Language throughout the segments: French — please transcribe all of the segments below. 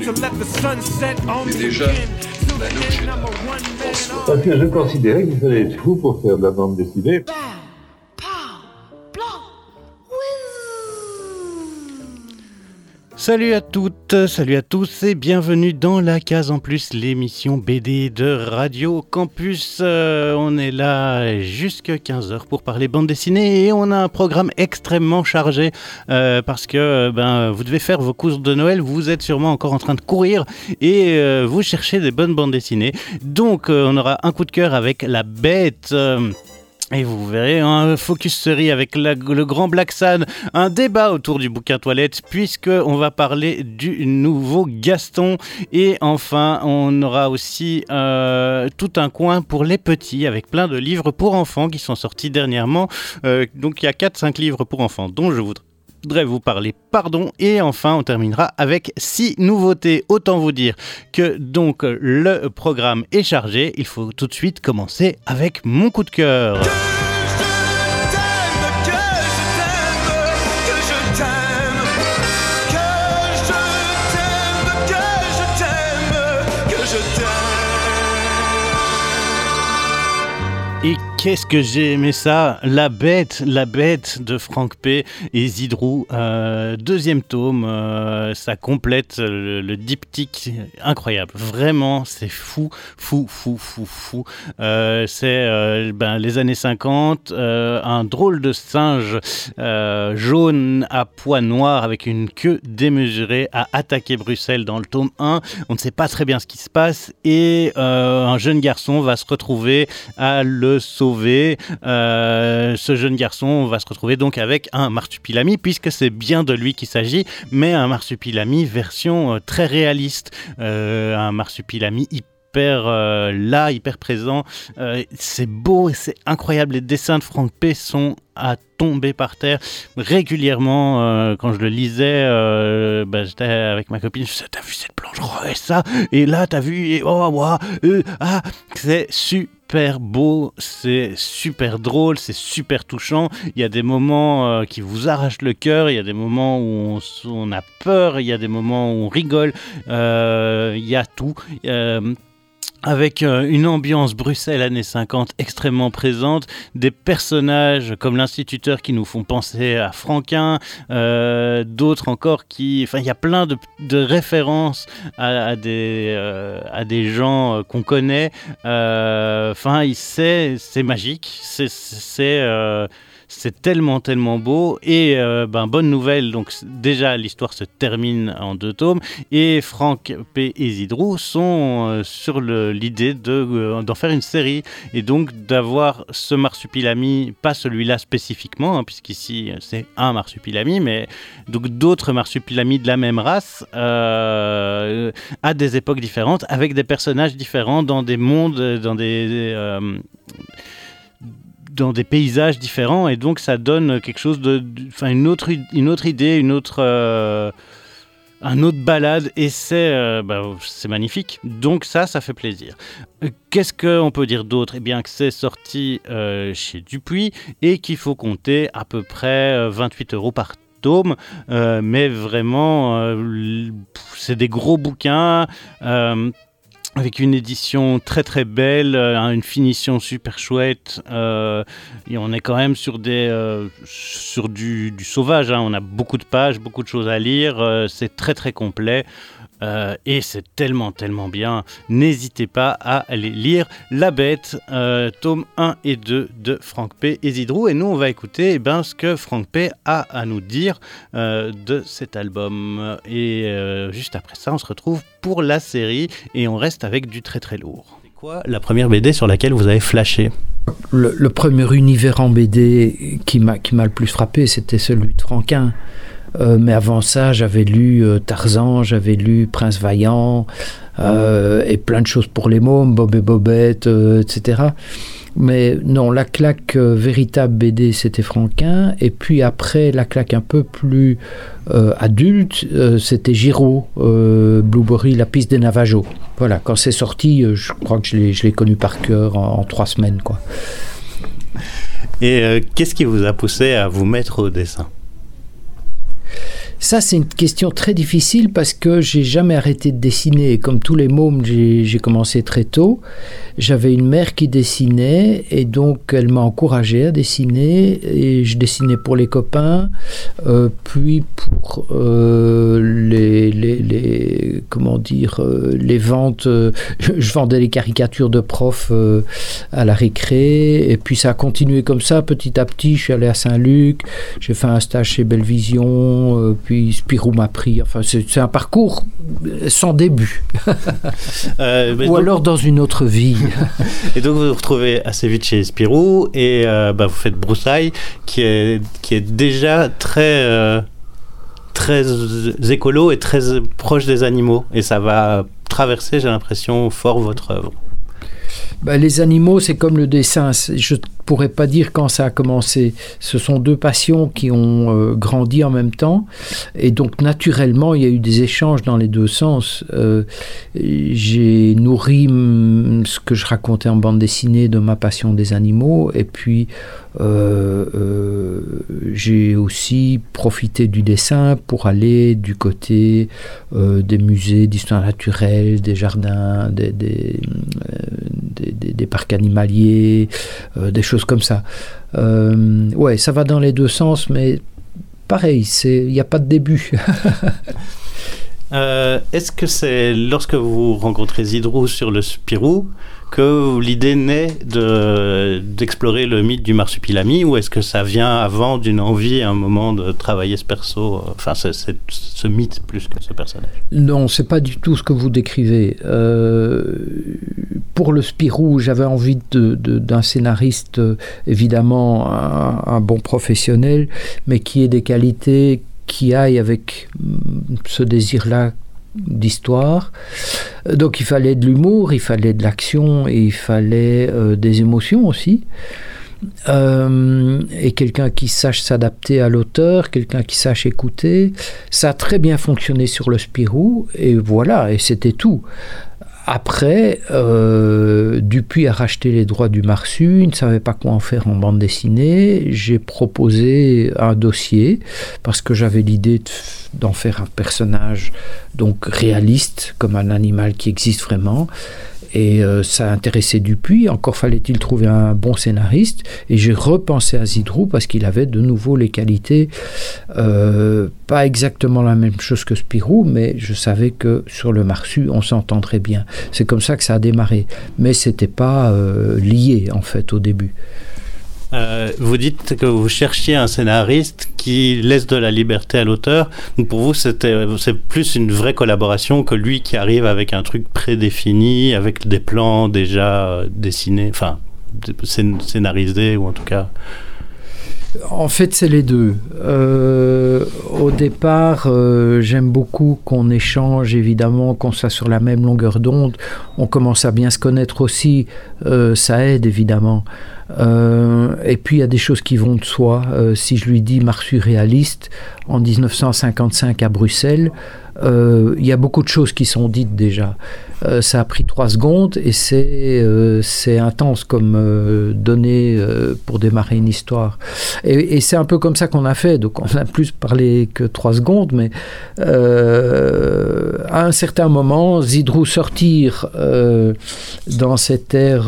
Mais déjà, parce que je considérais qu'il fallait être fou pour faire de la bande dessinée. Salut à toutes, salut à tous et bienvenue dans la case en plus, l'émission BD de Radio Campus. On est là jusqu'à 15h pour parler bande dessinée et on a un programme extrêmement chargé parce que vous devez faire vos courses de Noël, vous êtes sûrement encore en train de courir et vous cherchez des bonnes bandes dessinées. Donc on aura un coup de cœur avec La Bête. Et vous verrez un focus série avec le grand Black Sad, un débat autour du bouquin toilette puisqu'on va parler du nouveau Gaston. Et enfin, on aura aussi tout un coin pour les petits avec plein de livres pour enfants qui sont sortis dernièrement. Donc il y a 4-5 livres pour enfants dont je voudrais vous parler, et enfin on terminera avec 6 nouveautés. Autant vous dire que donc le programme est chargé. Il faut tout de suite commencer avec mon coup de cœur. Et qu'est-ce que j'ai aimé ça, La Bête de Franck P. et Zidrou, deuxième tome, ça complète le diptyque, incroyable, vraiment, c'est fou. C'est les années 50, un drôle de singe jaune à pois noirs avec une queue démesurée a attaqué Bruxelles dans le tome 1, on ne sait pas très bien ce qui se passe et un jeune garçon va se retrouver à le sauver. Ce jeune garçon va se retrouver donc avec un marsupilami puisque c'est bien de lui qu'il s'agit, mais un marsupilami version très réaliste, un marsupilami hyper présent. C'est beau, c'est incroyable, les dessins de Franck P sont à tomber par terre régulièrement. Quand je le lisais, j'étais avec ma copine, je disais, t'as vu cette planche, et ça, et là t'as vu, et c'est super beau, c'est super drôle, c'est super touchant. Il y a des moments qui vous arrachent le cœur, il y a des moments où on a peur, il y a des moments où on rigole, il y a tout. Avec une ambiance Bruxelles années 50 extrêmement présente, des personnages comme l'instituteur qui nous font penser à Franquin, d'autres encore il y a plein de références à des gens qu'on connaît. C'est magique, c'est tellement beau et bonne nouvelle, donc déjà l'histoire se termine en 2 tomes et Franck P. et Zidrou sont sur l'idée d'en faire une série et donc d'avoir ce marsupilami, pas celui-là spécifiquement puisqu'ici c'est un marsupilami, mais donc d'autres marsupilamis de la même race à des époques différentes avec des personnages différents dans des mondes, dans des paysages différents et donc ça donne quelque chose une autre idée, un autre balade et c'est magnifique. Donc ça fait plaisir. Qu'est-ce qu'on peut dire d'autre ? Eh bien que c'est sorti chez Dupuis et qu'il faut compter à peu près 28 € par tome, mais vraiment c'est des gros bouquins avec une édition très très belle, une finition super chouette, et on est quand même sur du sauvage, on a beaucoup de pages, beaucoup de choses à lire, c'est très très complet. Et c'est tellement bien. N'hésitez pas à aller lire La Bête, tome 1 et 2 de Franck P. et Zidrou. Et nous, on va écouter ce que Franck P. a à nous dire de cet album. Et juste après ça, on se retrouve pour la série et on reste avec du très très lourd. C'est quoi la première BD sur laquelle vous avez flashé ? Le premier univers en BD qui m'a le plus frappé, c'était celui de Franquin. Mais avant ça, j'avais lu Tarzan, j'avais lu Prince Vaillant, et plein de choses pour les mômes, Bob et Bobette, etc. Mais non, la claque véritable BD, c'était Franquin. Et puis après, la claque un peu plus adulte, c'était Giraud, Blueberry, La piste des Navajos. Voilà, quand c'est sorti, je crois que je l'ai connu par cœur en 3 semaines, quoi. Et qu'est-ce qui vous a poussé à vous mettre au dessin ? Ça, c'est une question très difficile parce que j'ai jamais arrêté de dessiner. Comme tous les mômes, j'ai commencé très tôt. J'avais une mère qui dessinait et donc elle m'a encouragé à dessiner et je dessinais pour les copains, puis pour les ventes. Je vendais les caricatures de profs à la récré et puis ça a continué comme ça petit à petit. Je suis allé à Saint-Luc, j'ai fait un stage chez Bellevision, puis Spirou m'a pris. Enfin, c'est un parcours sans début. Ou alors dans une autre vie. Et donc vous vous retrouvez assez vite chez Spirou et vous faites Broussailles qui est déjà très écolo et très proche des animaux. Et ça va traverser, j'ai l'impression, fort votre œuvre. Les animaux, c'est comme le dessin. Je ne pourrais pas dire quand ça a commencé. Ce sont deux passions qui ont grandi en même temps. Et donc, naturellement, il y a eu des échanges dans les deux sens. J'ai nourri ce que je racontais en bande dessinée de ma passion des animaux. Et puis, j'ai aussi profité du dessin pour aller du côté des musées d'histoire naturelle, des jardins, des parcs animaliers, des choses comme ça. Ouais, ça va dans les deux sens, mais pareil, il n'y a pas de début. Est-ce que c'est lorsque vous rencontrez Zidrou sur le Spirou que l'idée naît d'explorer le mythe du marsupilami, ou est-ce que ça vient avant d'une envie, à un moment, de travailler ce perso, ce mythe plus que ce personnage? Non, c'est pas du tout ce que vous décrivez. Pour le Spirou, j'avais envie d'un scénariste, évidemment un bon professionnel, mais qui ait des qualités qui aillent avec ce désir-là d'histoire. Donc il fallait de l'humour, il fallait de l'action et il fallait des émotions aussi. Et quelqu'un qui sache s'adapter à l'auteur, quelqu'un qui sache écouter. Ça a très bien fonctionné sur le Spirou et voilà, et c'était tout. Après, Dupuis a racheté les droits du Marsu, il ne savait pas quoi en faire en bande dessinée. J'ai proposé un dossier parce que j'avais l'idée d'en faire un personnage donc réaliste, comme un animal qui existe vraiment. Et ça intéressait Dupuis, encore fallait-il trouver un bon scénariste. Et j'ai repensé à Zidrou parce qu'il avait de nouveau les qualités, pas exactement la même chose que Spirou, mais je savais que sur le Marsu, on s'entendrait bien. C'est comme ça que ça a démarré. Mais c'était pas lié, en fait, au début. Vous dites que vous cherchiez un scénariste qui laisse de la liberté à l'auteur. Donc pour vous, c'est plus une vraie collaboration que lui qui arrive avec un truc prédéfini, avec des plans déjà dessinés, enfin scénarisés, ou en tout cas... En fait, c'est les deux. Au départ, j'aime beaucoup qu'on échange, évidemment, qu'on soit sur la même longueur d'onde. On commence à bien se connaître aussi. Ça aide, évidemment. Et puis, il y a des choses qui vont de soi. Si je lui dis Marsu réaliste, en 1955 à Bruxelles, il y a beaucoup de choses qui sont dites déjà. Ça a pris 3 secondes et c'est intense comme données pour démarrer une histoire. Et c'est un peu comme ça qu'on a fait. Donc on a plus parlé que 3 secondes, mais à un certain moment, Zidrou sortir dans cette ère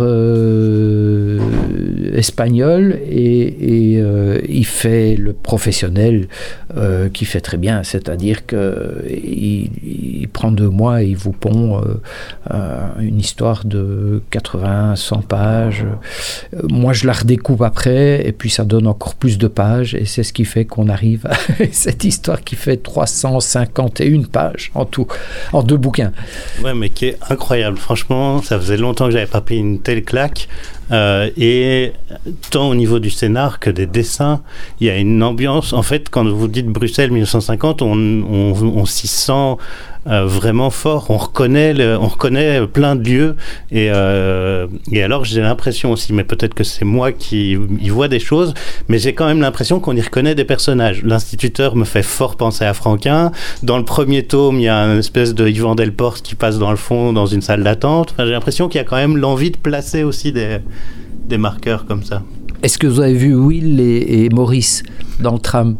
espagnole et il fait le professionnel qui fait très bien, c'est-à-dire qu'il prend 2 mois et il vous pond une histoire de 80-100 pages. Moi, je la redécoupe après et puis ça donne encore plus de pages et c'est ce qui fait qu'on arrive à cette histoire qui fait 351 pages en tout, en 2 bouquins. Ouais, mais qui est incroyable. Franchement, ça faisait longtemps que j'avais pas pris une telle claque. Et tant au niveau du scénar que des dessins, il y a une ambiance. En fait, quand vous dites Bruxelles 1950, on s'y sent vraiment fort. On reconnaît plein de lieux. Et alors, j'ai l'impression aussi, mais peut-être que c'est moi qui y vois des choses, mais j'ai quand même l'impression qu'on y reconnaît des personnages. L'instituteur me fait fort penser à Franquin. Dans le premier tome, il y a une espèce de Yvan Delporte qui passe dans le fond, dans une salle d'attente. Enfin, j'ai l'impression qu'il y a quand même l'envie de placer aussi des marqueurs comme ça. Est-ce que vous avez vu Will et Maurice dans le tram?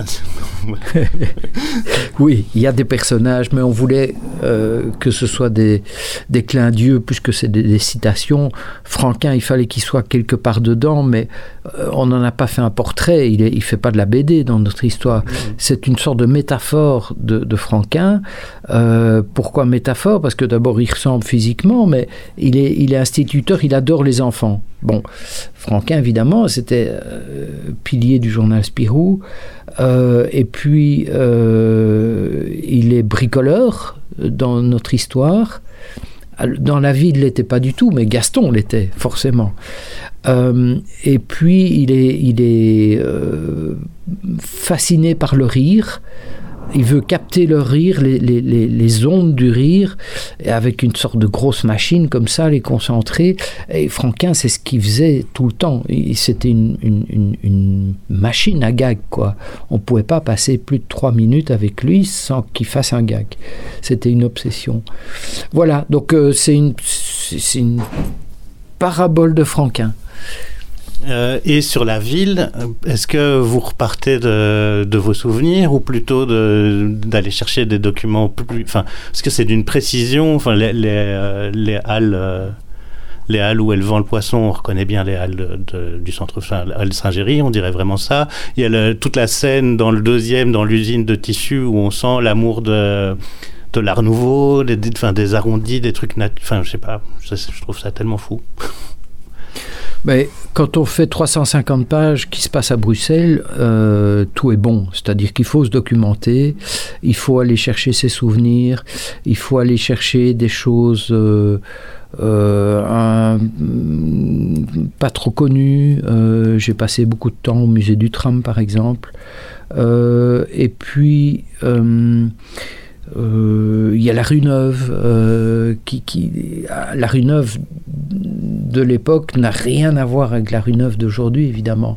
Oui, il y a des personnages, mais on voulait que ce soit des clins d'yeux plus que c'est des citations. Franquin, il fallait qu'il soit quelque part dedans, mais on n'en a pas fait un portrait. Il ne fait pas de la BD dans notre histoire. C'est une sorte de métaphore de Franquin. Pourquoi métaphore? Parce que d'abord, il ressemble physiquement, mais il est instituteur, il adore les enfants. Bon, Franquin, évidemment, c'était pilier du journal Spirou. Et puis, il est bricoleur dans notre histoire. Dans la vie, il ne l'était pas du tout, mais Gaston l'était, forcément. Et puis, il est fasciné par le rire. Il veut capter le rire, les ondes du rire, et avec une sorte de grosse machine comme ça, les concentrer. Et Franquin, c'est ce qu'il faisait tout le temps. C'était une machine à gag, quoi. On ne pouvait pas passer plus de 3 minutes avec lui sans qu'il fasse un gag. C'était une obsession. Voilà, donc c'est une parabole de Franquin. Et sur la ville, est-ce que vous repartez de vos souvenirs ou plutôt d'aller chercher des documents plus... Enfin, est-ce que c'est d'une précision? Enfin, les halles où elle vend le poisson, on reconnaît bien les halles du centre, enfin, halles Saint-Géry, on dirait vraiment ça. Il y a toute la scène dans le 2e, dans l'usine de tissu, où on sent l'amour de l'art nouveau, des arrondis, des trucs... Enfin, je sais pas, je trouve ça tellement fou. Mais quand on fait 350 pages qui se passent à Bruxelles, tout est bon. C'est-à-dire qu'il faut se documenter, il faut aller chercher ses souvenirs, il faut aller chercher des choses pas trop connues. J'ai passé beaucoup de temps au musée du tram, par exemple. Et puis... il y a la rue Neuve, la rue Neuve de l'époque n'a rien à voir avec la rue Neuve d'aujourd'hui, évidemment.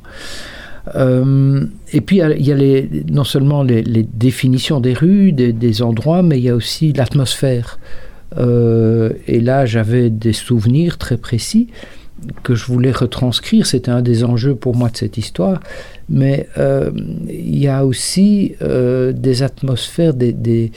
Et puis il y a non seulement les définitions des rues, des endroits, mais il y a aussi l'atmosphère. Et là, j'avais des souvenirs très précis que je voulais retranscrire. C'était un des enjeux pour moi de cette histoire. Mais il y a aussi des atmosphères, des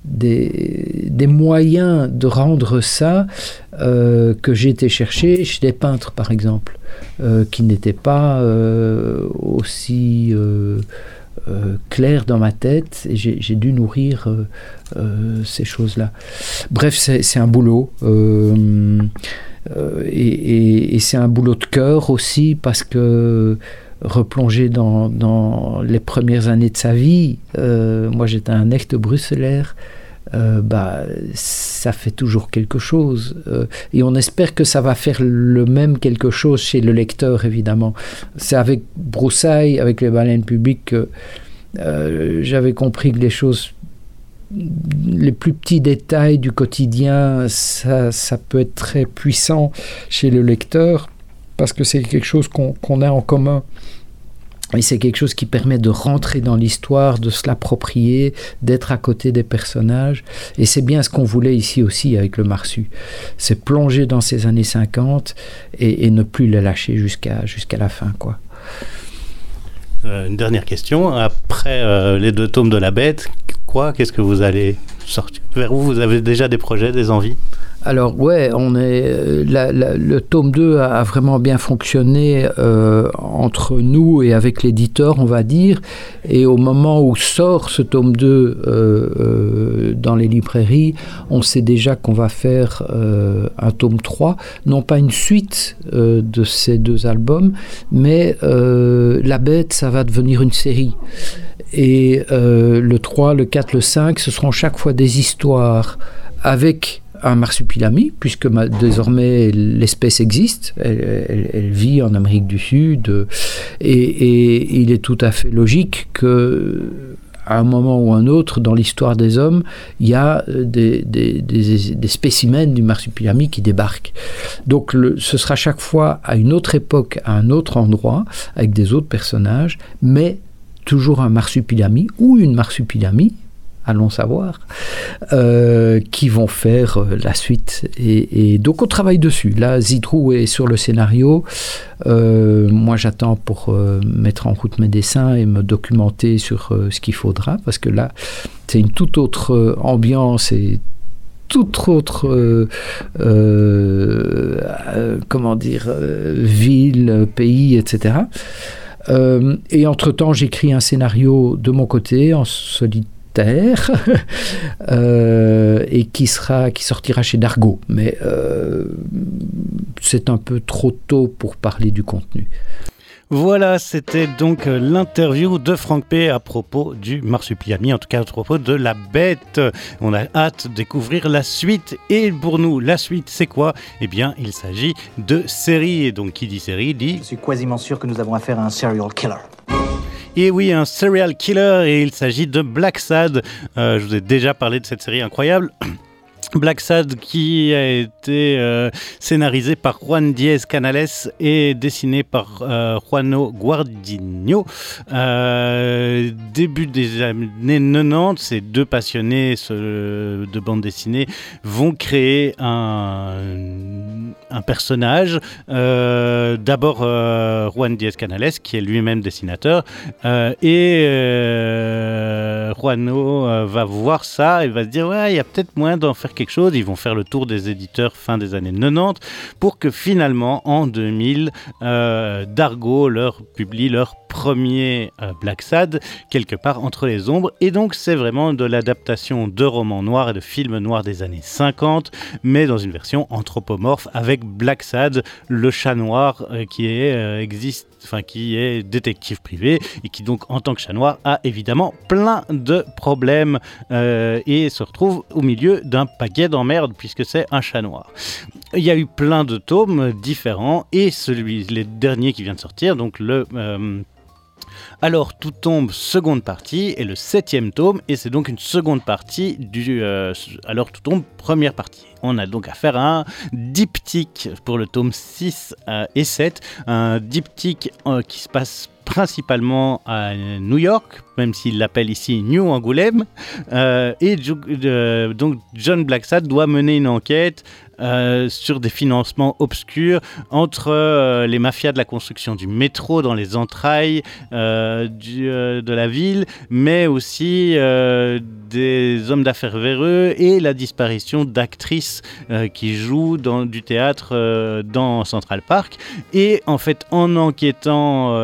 moyens de rendre ça que j'ai été chercher chez des peintres, par exemple, qui n'étaient pas aussi clairs dans ma tête. Et j'ai dû nourrir ces choses-là. Bref, c'est un boulot. Et c'est un boulot de cœur aussi, parce que replonger dans les premières années de sa vie, moi j'étais un echt bruxellaire, ça fait toujours quelque chose, et on espère que ça va faire le même quelque chose chez le lecteur, évidemment. C'est avec Broussailles, avec les baleines publiques, que j'avais compris que les plus petits détails du quotidien, ça peut être très puissant chez le lecteur, parce que c'est quelque chose qu'on a en commun. Et c'est quelque chose qui permet de rentrer dans l'histoire, de se l'approprier, d'être à côté des personnages. Et c'est bien ce qu'on voulait ici aussi avec le Marsu. C'est plonger dans ces années 50 et ne plus les lâcher jusqu'à la fin, quoi. Une dernière question. Après les 2 tomes de La Bête, qu'est-ce que vous allez sortir? Vers où vous avez déjà des projets, des envies? Alors ouais, le tome 2 a vraiment bien fonctionné entre nous et avec l'éditeur, on va dire, et au moment où sort ce tome 2 dans les librairies, on sait déjà qu'on va faire un tome 3, non pas une suite de ces 2 albums, mais La Bête, ça va devenir une série. Et le 3, le 4, le 5, ce seront chaque fois des histoires avec un marsupilami, puisque désormais l'espèce existe, elle vit en Amérique du Sud, et il est tout à fait logique que à un moment ou un autre dans l'histoire des hommes, il y a des spécimens du marsupilami qui débarquent. Donc ce sera chaque fois à une autre époque, à un autre endroit, avec des autres personnages, mais toujours un marsupilami ou une marsupilami, allons savoir, qui vont faire la suite. Et donc on travaille dessus. Là, Zidrou est sur le scénario. Moi, j'attends pour mettre en route mes dessins et me documenter sur ce qu'il faudra, parce que là, c'est une toute autre ambiance et toute autre ville, pays, etc. Et entre-temps, j'écris un scénario de mon côté, en solitaire, et qui sortira chez Dargaud. Mais c'est un peu trop tôt pour parler du contenu. Voilà, c'était donc l'interview de Franck P à propos du Marsupilami, en tout cas à propos de La Bête. On a hâte de découvrir la suite. Et pour nous, la suite, c'est quoi ? Eh bien, il s'agit de série. Et donc, qui dit série dit... Je suis quasiment sûr que nous avons affaire à un serial killer. Et oui, un serial killer, et il s'agit de Blacksad. Je vous ai déjà parlé de cette série incroyable. Blacksad qui a été scénarisé par Juan Diez Canales et dessiné par Juano Guardinho. Début des années 90, ces deux passionnés de bande dessinée vont créer un personnage. D'abord Juan Diez Canales, qui est lui-même dessinateur, et Juano va voir ça et va se dire ouais, il y a peut-être moyen d'en faire quelque chose. Ils vont faire le tour des éditeurs fin des années 90 pour que finalement en 2000 Dargaud leur publie leur premier Blacksad, quelque part entre les ombres. Et donc c'est vraiment de l'adaptation de romans noirs et de films noirs des années 50, mais dans une version anthropomorphe avec Blacksad, le chat noir qui est détective privé et qui donc en tant que chat noir a évidemment plein de problèmes et se retrouve au milieu d'un paquet d'emmerdes puisque c'est un chat noir. Il y a eu plein de tomes différents et les derniers qui vient de sortir, donc Alors tout tombe, seconde partie, et le 7e tome, et c'est donc une seconde partie du Alors tout tombe, première partie. On a donc affaire à un diptyque pour le tome 6 et 7, un diptyque qui se passe principalement à New York, même s'il l'appelle ici New Angoulême, donc John Blacksad doit mener une enquête sur des financements obscurs entre les mafias de la construction du métro dans les entrailles de la ville, mais aussi des hommes d'affaires véreux et la disparition d'actrices qui jouent du théâtre dans Central Park. Et en fait, en enquêtant,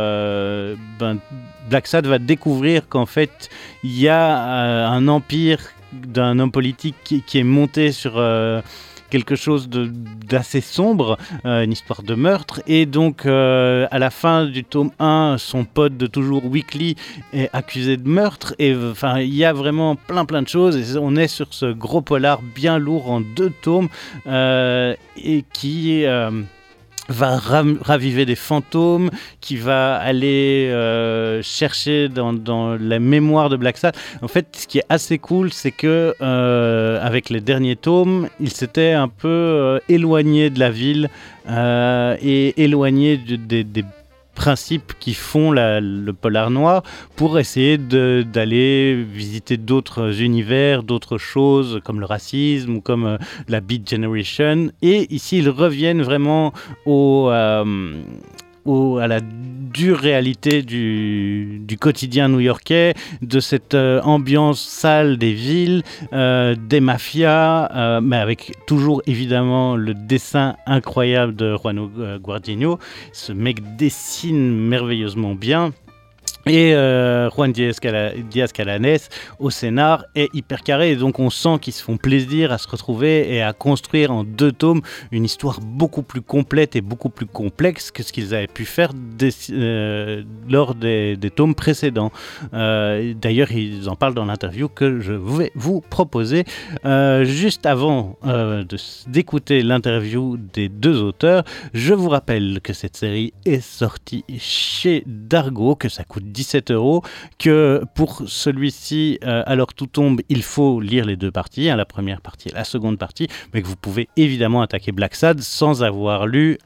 Blacksad va découvrir qu'en fait, il y a un empire d'un homme politique qui est monté sur quelque chose d'assez sombre, une histoire de meurtre, et donc à la fin du tome 1, son pote de toujours Weekly est accusé de meurtre, et enfin il y a vraiment plein de choses, et on est sur ce gros polar bien lourd en 2 tomes, et qui va raviver des fantômes, qui va aller chercher dans la mémoire de Blacksad. En fait, ce qui est assez cool, c'est que avec les derniers tomes, il s'était un peu éloigné de la ville et éloigné des principes qui font le polar noir pour essayer d'aller visiter d'autres univers, d'autres choses comme le racisme ou comme la Beat Generation. Et ici, ils reviennent vraiment à la dure réalité du quotidien new-yorkais, de cette ambiance sale des villes, des mafias, mais avec toujours évidemment le dessin incroyable de Juano Guardinho. Ce mec dessine merveilleusement bien. Et Juan Diez Canales au scénar est hyper carré, et donc on sent qu'ils se font plaisir à se retrouver et à construire en 2 tomes une histoire beaucoup plus complète et beaucoup plus complexe que ce qu'ils avaient pu faire lors des tomes précédents. D'ailleurs, ils en parlent dans l'interview que je vais vous proposer. Juste avant d'écouter l'interview des 2 auteurs, je vous rappelle que cette série est sortie chez Dargaud, que ça coûte €, que pour celui-ci, Alors tout tombe, il faut lire les deux parties, la première partie et la seconde partie, mais que vous pouvez évidemment attaquer Black Sad sans avoir lu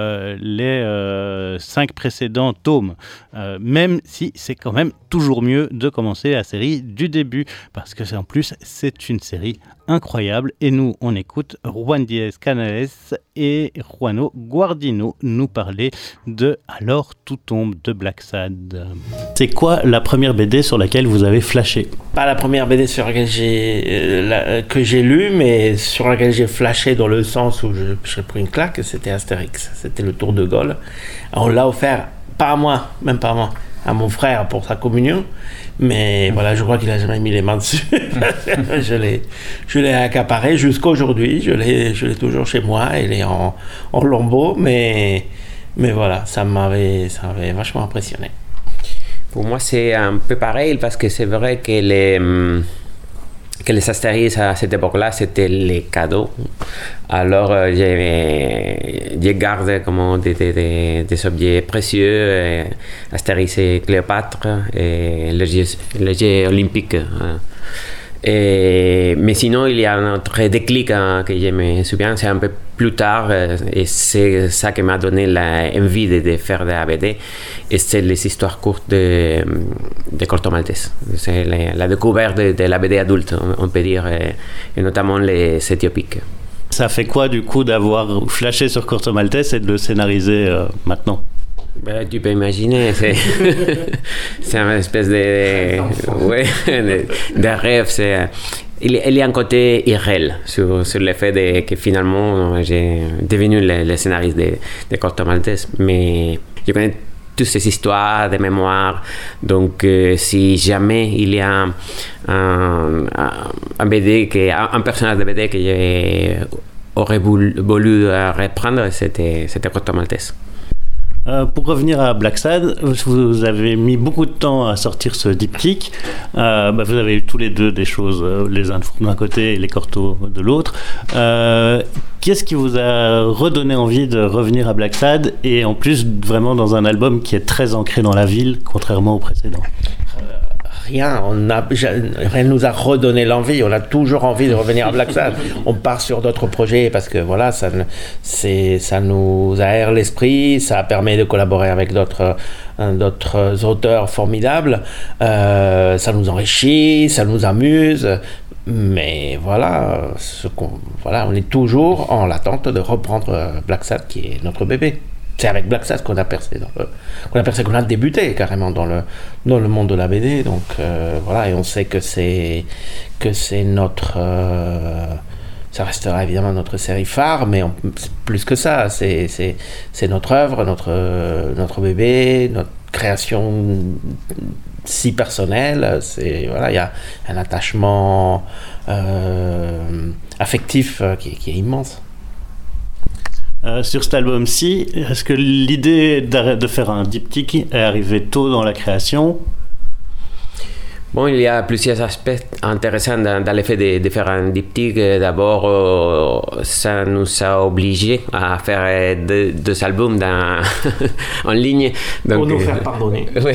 les 5 précédents tomes, même si c'est quand même toujours mieux de commencer la série du début, parce que en plus c'est une série incroyable. Et nous, on écoute Juan Diez Canales et Juano Guardino nous parler de Alors tout tombe de Black Sad. C'est quoi la première BD sur laquelle vous avez flashé ? Pas la première BD sur laquelle que j'ai lue, mais sur laquelle j'ai flashé dans le sens où j'ai pris une claque, c'était Astérix. C'était le Tour de Gaulle. On l'a offert, pas à moi, même pas à moi, à mon frère pour sa communion. Mais voilà, je crois qu'il n'a jamais mis les mains dessus. je l'ai accaparé jusqu'à aujourd'hui. Je l'ai toujours chez moi. Il est en lambeaux. Mais voilà, ça m'avait vachement impressionné. Pour moi, c'est un peu pareil parce que c'est vrai que les Astérix à cette époque-là, c'était les cadeaux. Alors, j'ai gardé comme des objets précieux, Astérix et Cléopâtre, et les Jeux olympiques. Mais sinon, il y a un autre déclic que je me souviens, c'est un peu plus tard, et c'est ça qui m'a donné l'envie de faire de la BD, et c'est les histoires courtes de Corto Maltese. C'est la découverte de la BD adulte, on peut dire, et notamment les éthiopiques. Ça fait quoi du coup d'avoir flashé sur Corto Maltese et de le scénariser maintenant ? Tu peux imaginer, c'est une espèce de rêve. Il y a un côté irréel sur le fait que finalement j'ai devenu le scénariste de Corto Maltese, mais je connais toutes ces histoires de mémoire, donc si jamais il y a un BD, un personnage de BD que j'aurais voulu reprendre, c'était Corto Maltese. Pour revenir à Black Sad, vous avez mis beaucoup de temps à sortir ce diptyque. Vous avez eu tous les deux des choses, les uns d'un côté et les Corto de l'autre. Qu'est-ce qui vous a redonné envie de revenir à Black Sad, et en plus vraiment dans un album qui est très ancré dans la ville, contrairement au précédent ? Rien ne nous a redonné l'envie. On a toujours envie de revenir à Black Sad. On part sur d'autres projets parce que voilà, ça nous aère l'esprit, ça permet de collaborer avec d'autres auteurs formidables, ça nous enrichit, ça nous amuse. Mais voilà, on est toujours en l'attente de reprendre Black Sad, qui est notre bébé. C'est avec Black Sad qu'on a percé, qu'on a débuté carrément dans le monde de la BD. Donc voilà, et on sait que c'est notre, ça restera évidemment notre série phare, mais plus que ça, c'est notre œuvre, notre bébé, notre création si personnelle. Il y a un attachement affectif qui est immense. Sur cet album-ci, est-ce que l'idée de faire un diptyque est arrivée tôt dans la création ? Bon, il y a plusieurs aspects intéressants dans le fait de faire un diptyque. D'abord, ça nous a obligés à faire deux albums en ligne. Donc, pour nous faire pardonner. Oui.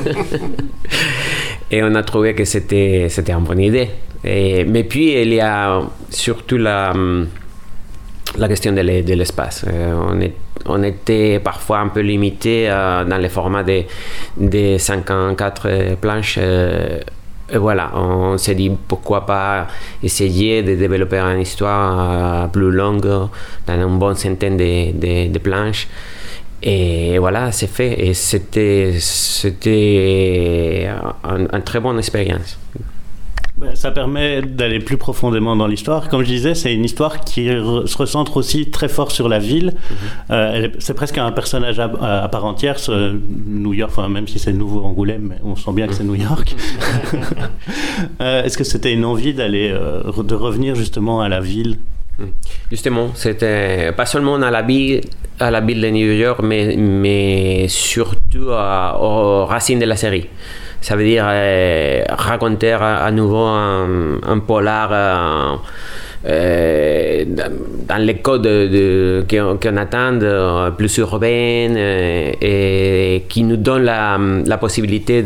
Et on a trouvé que c'était une bonne idée. Mais puis, il y a surtout la question de l'espace. On était parfois un peu limité dans le format des 54 planches. Et voilà, on s'est dit pourquoi pas essayer de développer une histoire plus longue, dans une bonne centaine de planches. Et voilà, c'est fait. Et c'était une très bonne expérience. Ça permet d'aller plus profondément dans l'histoire. Comme je disais, c'est une histoire qui se recentre aussi très fort sur la ville. C'est presque un personnage à part entière. New York, même si c'est nouveau Angoulême, on sent bien que c'est New York. Est-ce que c'était une envie de revenir justement à la ville ? Justement, c'était pas seulement à la ville de New York, mais surtout aux racines de la série. Ça veut dire raconter à nouveau un polar dans les codes qu'on attend, plus urbaines, et qui nous donnent la possibilité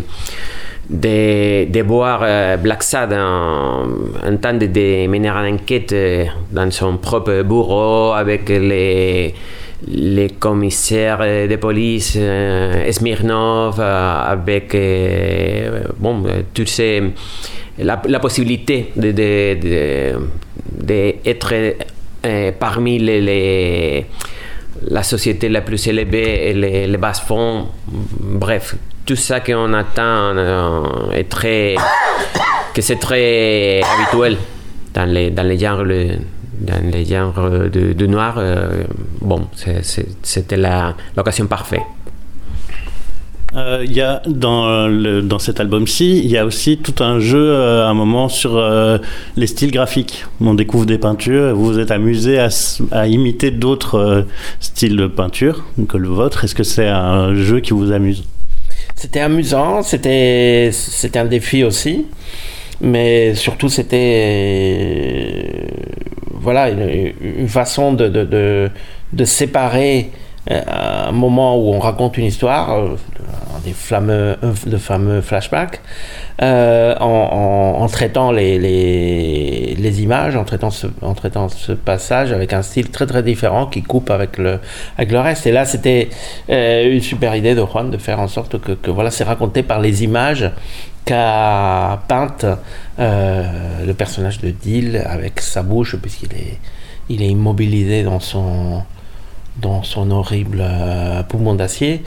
de voir Black Sad en temps de mener une enquête dans son propre bureau avec les commissaires de police, Smirnov, avec toutes ces... La possibilité d'être parmi la société la plus élevée et les bas fonds, bref, tout ça qu'on attend que c'est très habituel dans les genres de noir. C'était l'occasion parfaite. Il y a dans cet album-ci, il y a aussi tout un jeu à un moment sur les styles graphiques. On découvre des peintures, vous vous êtes amusé à imiter d'autres styles de peinture que le vôtre. Est-ce que c'est un jeu qui vous amuse ? C'était amusant, c'était un défi aussi, mais surtout c'était une façon de séparer un moment où on raconte une histoire, de fameux flashbacks, en traitant les images, en traitant ce passage avec un style très très différent qui coupe avec le reste. Et là, c'était une super idée de Juan de faire en sorte que voilà, c'est raconté par les images qu'a peinte le personnage de Deal avec sa bouche, puisqu'il est immobilisé dans son horrible poumon d'acier.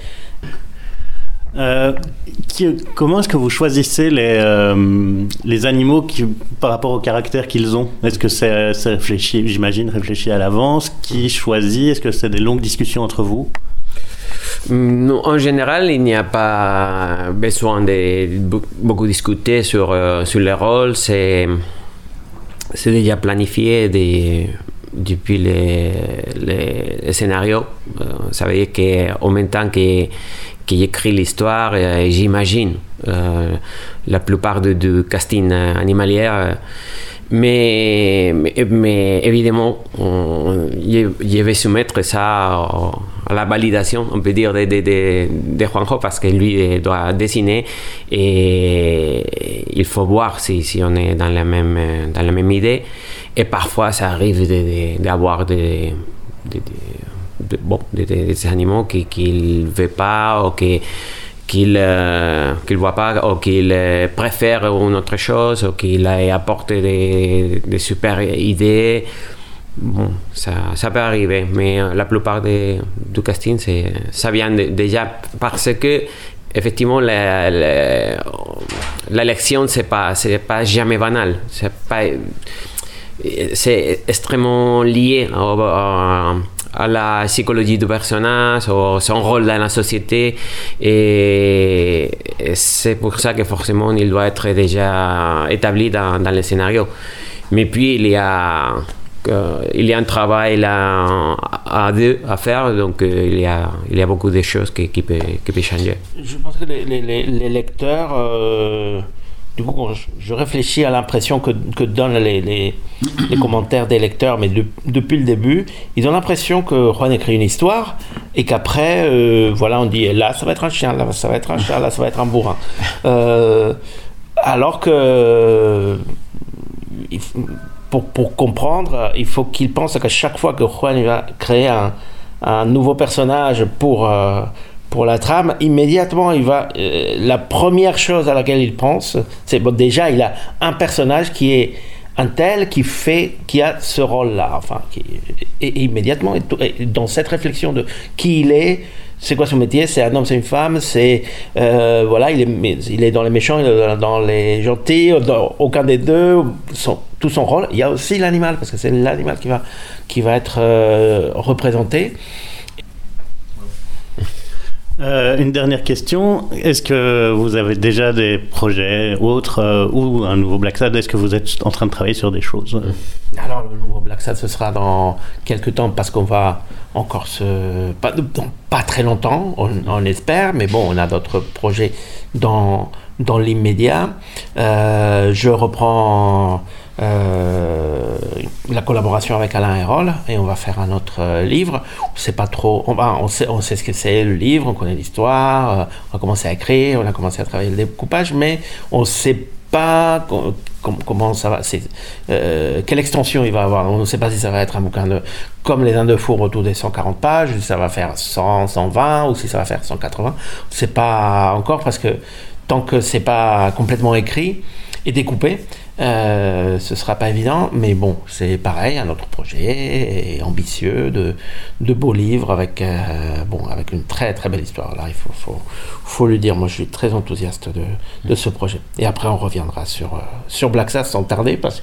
Comment est-ce que vous choisissez les animaux par rapport au caractère qu'ils ont ? Est-ce que c'est réfléchi, j'imagine, réfléchi à l'avance ? Qui choisit ? Est-ce que c'est des longues discussions entre vous ? Non, en général, il n'y a pas besoin de beaucoup discuter sur les rôles. C'est déjà planifié depuis les scénarios. Ça veut dire qu'en même temps que j'écris l'histoire, j'imagine la plupart du casting animalier. Mais évidemment, je vais soumettre ça à la validation, on peut dire, de Juanjo, parce que lui doit dessiner et il faut voir si on est dans la même idée. Et parfois, ça arrive d'avoir des animaux qu'il ne veut pas ou qu'il ne voit pas, ou qu'il préfère une autre chose, ou qu'il apporte des super idées. Bon, ça peut arriver, mais la plupart du casting, ça vient déjà parce que effectivement l'élection c'est pas jamais banal, c'est extrêmement lié à la psychologie du personnage, à son rôle dans la société, et c'est pour ça que forcément il doit être déjà établi dans le scénario. Mais puis il y a un travail à deux à faire, donc il y a beaucoup de choses qui peuvent changer. Je pense que les lecteurs, du coup, je réfléchis à l'impression que donnent les commentaires des lecteurs, mais depuis le début, ils ont l'impression que Juan écrit une histoire et qu'après, on dit là ça va être un chien, là ça va être un chat, là ça va être un bourrin. Alors que pour comprendre, il faut qu'il pense qu'à chaque fois que Juan va créer un nouveau personnage pour la trame, immédiatement, la première chose à laquelle il pense, c'est déjà il a un personnage qui est un tel qui a ce rôle-là, et immédiatement dans cette réflexion de qui il est, c'est quoi son métier, c'est un homme, c'est une femme, c'est il est dans les méchants, il est dans les gentils, dans aucun des deux, tout son rôle. Il y a aussi l'animal, parce que c'est l'animal qui va être représenté. Une dernière question, est-ce que vous avez déjà des projets autres ou un nouveau Black Sad? Est-ce que vous êtes en train de travailler sur des choses? Alors le nouveau Black Sad, ce sera dans quelques temps, parce qu'on va encore pas très longtemps, on espère, mais bon, on a d'autres projets dans l'immédiat. Je reprends la la collaboration avec Alain Hérol, et on va faire un autre livre. On sait pas trop, on sait ce que c'est le livre, on connaît l'histoire, on a commencé à écrire, on a commencé à travailler le découpage, mais on sait pas comment ça va, quelle extension il va avoir. On ne sait pas si ça va être un bouquin comme Les Indes de Four autour des 140 pages, si ça va faire 100, 120 ou si ça va faire 180. On ne sait pas encore parce que tant que c'est pas complètement écrit et découpé, ce sera pas évident. Mais bon, c'est pareil, un autre projet et ambitieux de beaux livres avec une très très belle histoire. Là, il faut lui dire, moi je suis très enthousiaste de ce projet. Et après on reviendra sur Black Sabbath sans tarder parce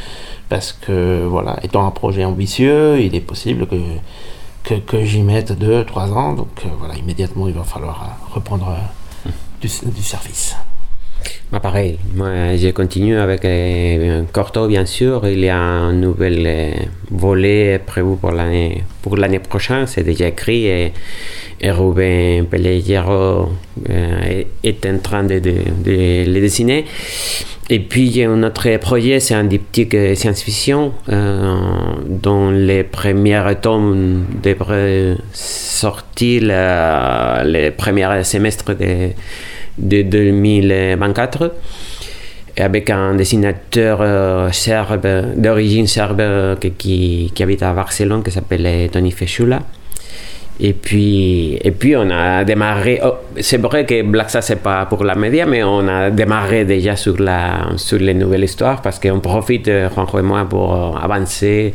que voilà, étant un projet ambitieux, il est possible que j'y mette 2-3 ans. Donc voilà, immédiatement il va falloir reprendre du service. Pareil, moi je continue avec Corto, bien sûr. Il y a un nouvel volet prévu pour l'année prochaine, c'est déjà écrit et Rubén Pelleiro est en train de le dessiner. Et puis il y a un autre projet, c'est un diptyque science-fiction dont les premiers tomes devraient sortir le premier semestre de 2024 avec un dessinateur serbe, d'origine serbe qui habite à Barcelone, qui s'appelle Toni Fechula. Et puis on a démarré, c'est vrai que Black Sabbath c'est pas pour la média, mais on a démarré déjà sur les nouvelles histoires parce qu'on profite, Juanjo et moi, pour avancer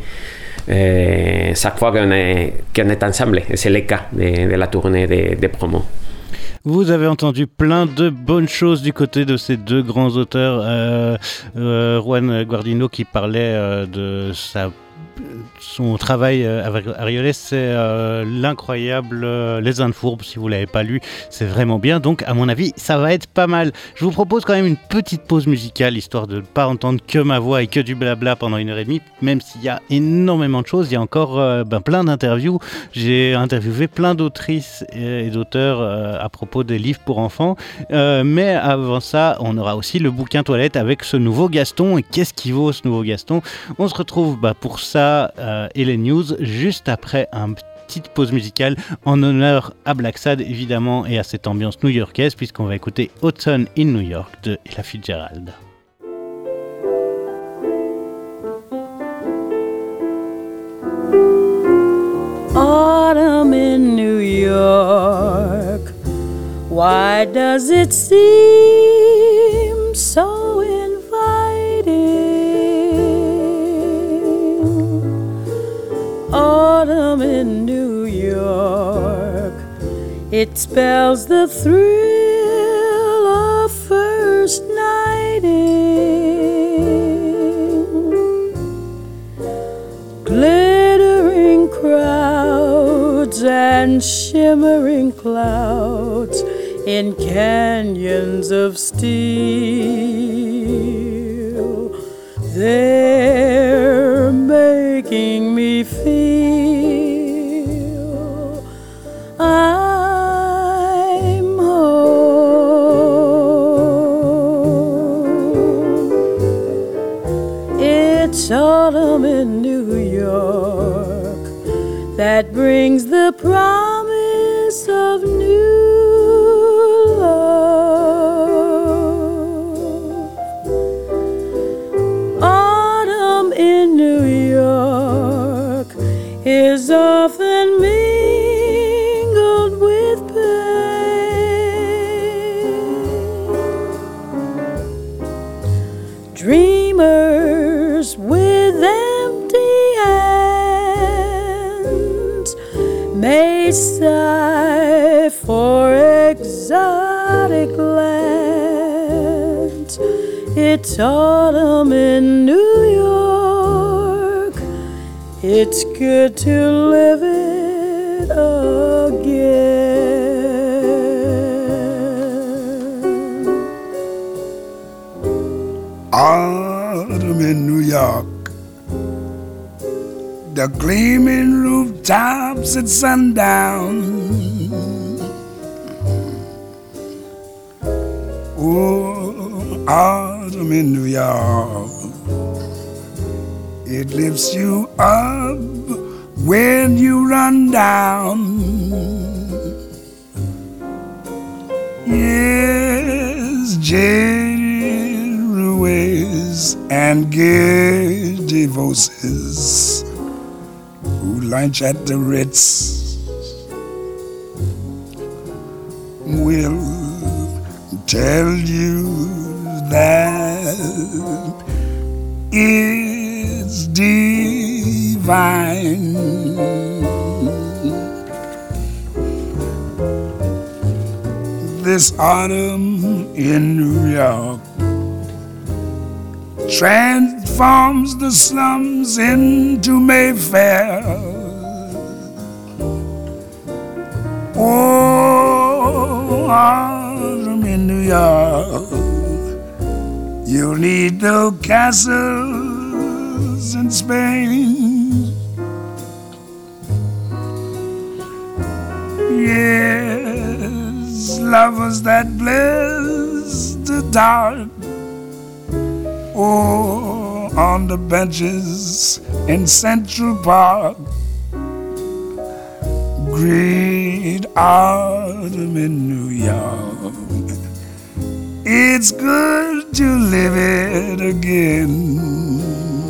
chaque fois qu'on est ensemble. Et c'est le cas de la tournée des promos. Vous avez entendu plein de bonnes choses du côté de ces deux grands auteurs. Juan Guardino qui parlait de son travail avec Arioles, c'est l'incroyable Les Indes Fourbes. Si vous ne l'avez pas lu, c'est vraiment bien. Donc, à mon avis, ça va être pas mal. Je vous propose quand même une petite pause musicale, histoire de ne pas entendre que ma voix et que du blabla pendant 1h30, même s'il y a énormément de choses. Il y a encore plein d'interviews. J'ai interviewé plein d'autrices et d'auteurs à propos des livres pour enfants. Mais avant ça, on aura aussi le bouquin toilette avec ce nouveau Gaston. Et qu'est-ce qui vaut ce nouveau Gaston ? On se retrouve pour ça et les news juste après une petite pause musicale en honneur à Black Sabbath évidemment et à cette ambiance new-yorkaise, puisqu'on va écouter Autumn in New York de Ella Fitzgerald. Autumn in New York, why does it seem so inviting? Autumn in New York, it spells the thrill of first nighting. Glittering crowds and shimmering clouds in canyons of steel, they're making me feel I'm home. It's autumn in New York that brings the promise of new love. Autumn in New York is often mingled with pain. Dreamers with empty hands may sigh for exotic lands. It's autumn in New York, it's good to live it again. Autumn in New York, the gleaming rooftops at sundown. Oh, autumn in New York, It lifts you up when you run down. Yes, Jerry Ruiz and Gary Voices who lunch at the Ritz will tell you that it's divine. This autumn in New York transforms the slums into Mayfair. Oh, autumn in New York, you'll need no castles in Spain. Yes, lovers that bless the dark. Oh, on the benches in Central Park. Great autumn in New York. It's good to live it again.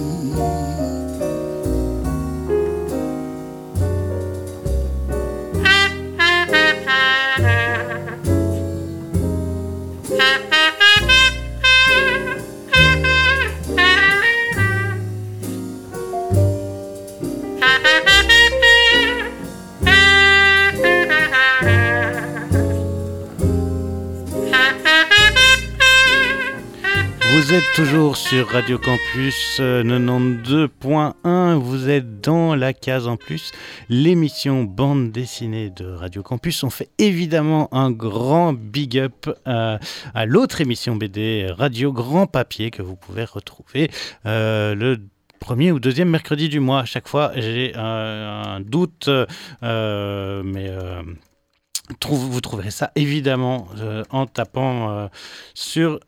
Vous êtes toujours sur Radio Campus 92.1, vous êtes dans la case en plus, l'émission bande dessinée de Radio Campus. On fait évidemment un grand big up à l'autre émission BD Radio Grand Papier que vous pouvez retrouver le premier ou deuxième mercredi du mois. À chaque fois, j'ai un doute, mais vous trouverez ça évidemment en tapant sur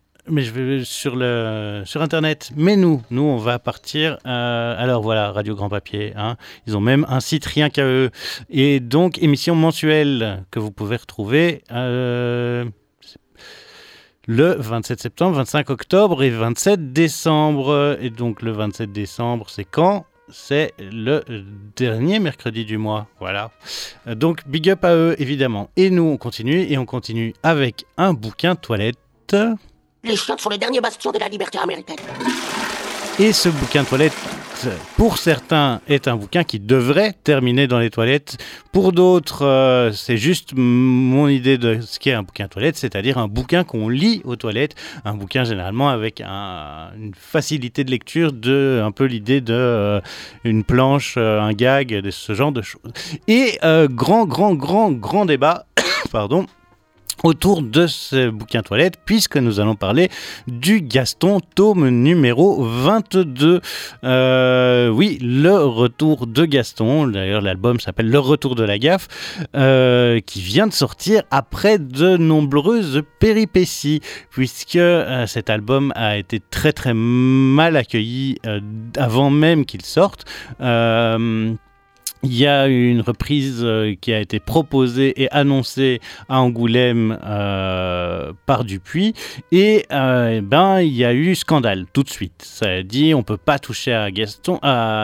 Internet. Mais nous on va partir. Alors voilà, Radio Grand Papier. Hein, ils ont même un site rien qu'à eux. Et donc, émission mensuelle que vous pouvez retrouver le 27 septembre, 25 octobre et 27 décembre. Et donc, le 27 décembre, c'est quand ? C'est le dernier mercredi du mois. Voilà. Donc, big up à eux, évidemment. Et nous, on continue avec un bouquin toilette. Les chiottes sont les derniers bastions de la liberté américaine. Et ce bouquin toilette, pour certains, est un bouquin qui devrait terminer dans les toilettes. Pour d'autres, c'est juste mon idée de ce qu'est un bouquin toilette, c'est-à-dire un bouquin qu'on lit aux toilettes, un bouquin généralement avec une facilité de lecture, un peu l'idée de une planche, un gag, de ce genre de choses. Et grand débat, pardon, autour de ce bouquin toilette, puisque nous allons parler du Gaston, tome numéro 22. Oui, le retour de Gaston. D'ailleurs, l'album s'appelle Le Retour de la Gaffe, qui vient de sortir après de nombreuses péripéties, puisque cet album a été très très mal accueilli avant même qu'il sorte. Il y a une reprise qui a été proposée et annoncée à Angoulême par Dupuis et il y a eu scandale tout de suite. Ça a dit on peut pas toucher à Gaston.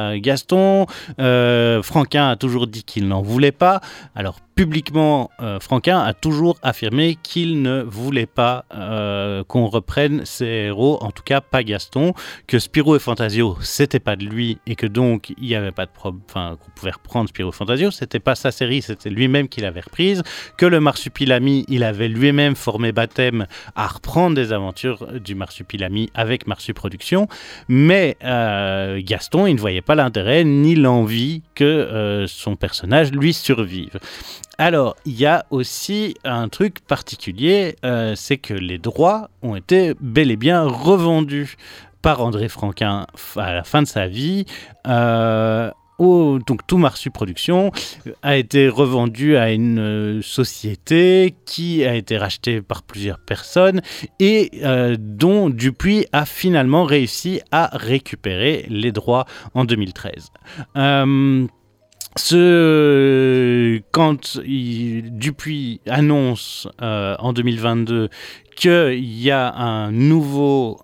Franquin a toujours dit qu'il n'en voulait pas. Alors publiquement, Franquin a toujours affirmé qu'il ne voulait pas qu'on reprenne ses héros, en tout cas pas Gaston, que Spirou et Fantasio, c'était pas de lui et que donc il n'y avait pas de problème, qu'on pouvait reprendre Spirou et Fantasio, c'était pas sa série, c'était lui-même qui l'avait reprise, que le Marsupilami, il avait lui-même formé Baptême à reprendre des aventures du Marsupilami avec Marsuproduction, mais Gaston, il ne voyait pas l'intérêt ni l'envie que son personnage lui survive. Alors, il y a aussi un truc particulier, c'est que les droits ont été bel et bien revendus par André Franquin à la fin de sa vie donc Toumarsu Productions a été revendu à une société qui a été rachetée par plusieurs personnes et dont Dupuis a finalement réussi à récupérer les droits en 2013. Quand Dupuis annonce en 2022 qu'il y a un nouveau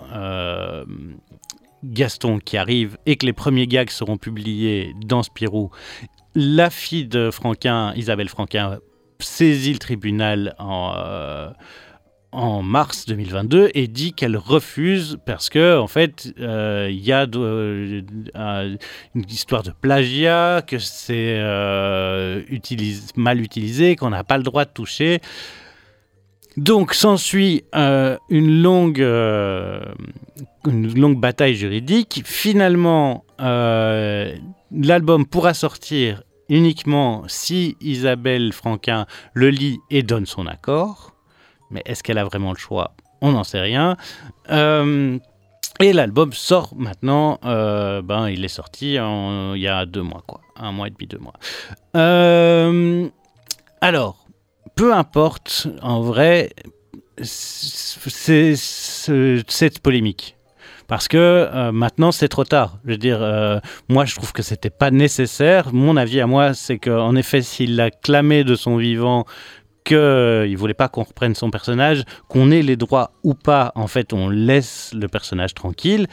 Gaston qui arrive et que les premiers gags seront publiés dans Spirou, la fille de Franquin, Isabelle Franquin, saisit le tribunal en mars 2022 et dit qu'elle refuse parce que en fait il y a une histoire de plagiat, que c'est mal utilisé, qu'on n'a pas le droit de toucher. Donc s'ensuit une longue bataille juridique. Finalement, l'album pourra sortir uniquement si Isabelle Franquin le lit et donne son accord. Mais est-ce qu'elle a vraiment le choix ? On n'en sait rien. Et l'album sort maintenant. Il est sorti il y a 2 mois, quoi. 1 mois et demi, 2 mois. Alors, peu importe, en vrai, c'est cette polémique. Parce que maintenant, c'est trop tard. Je veux dire, moi, je trouve que c'était pas nécessaire. Mon avis à moi, c'est qu'en effet, s'il l'a clamé de son vivant qu'il ne voulait pas qu'on reprenne son personnage, qu'on ait les droits ou pas, en fait, on laisse le personnage tranquille.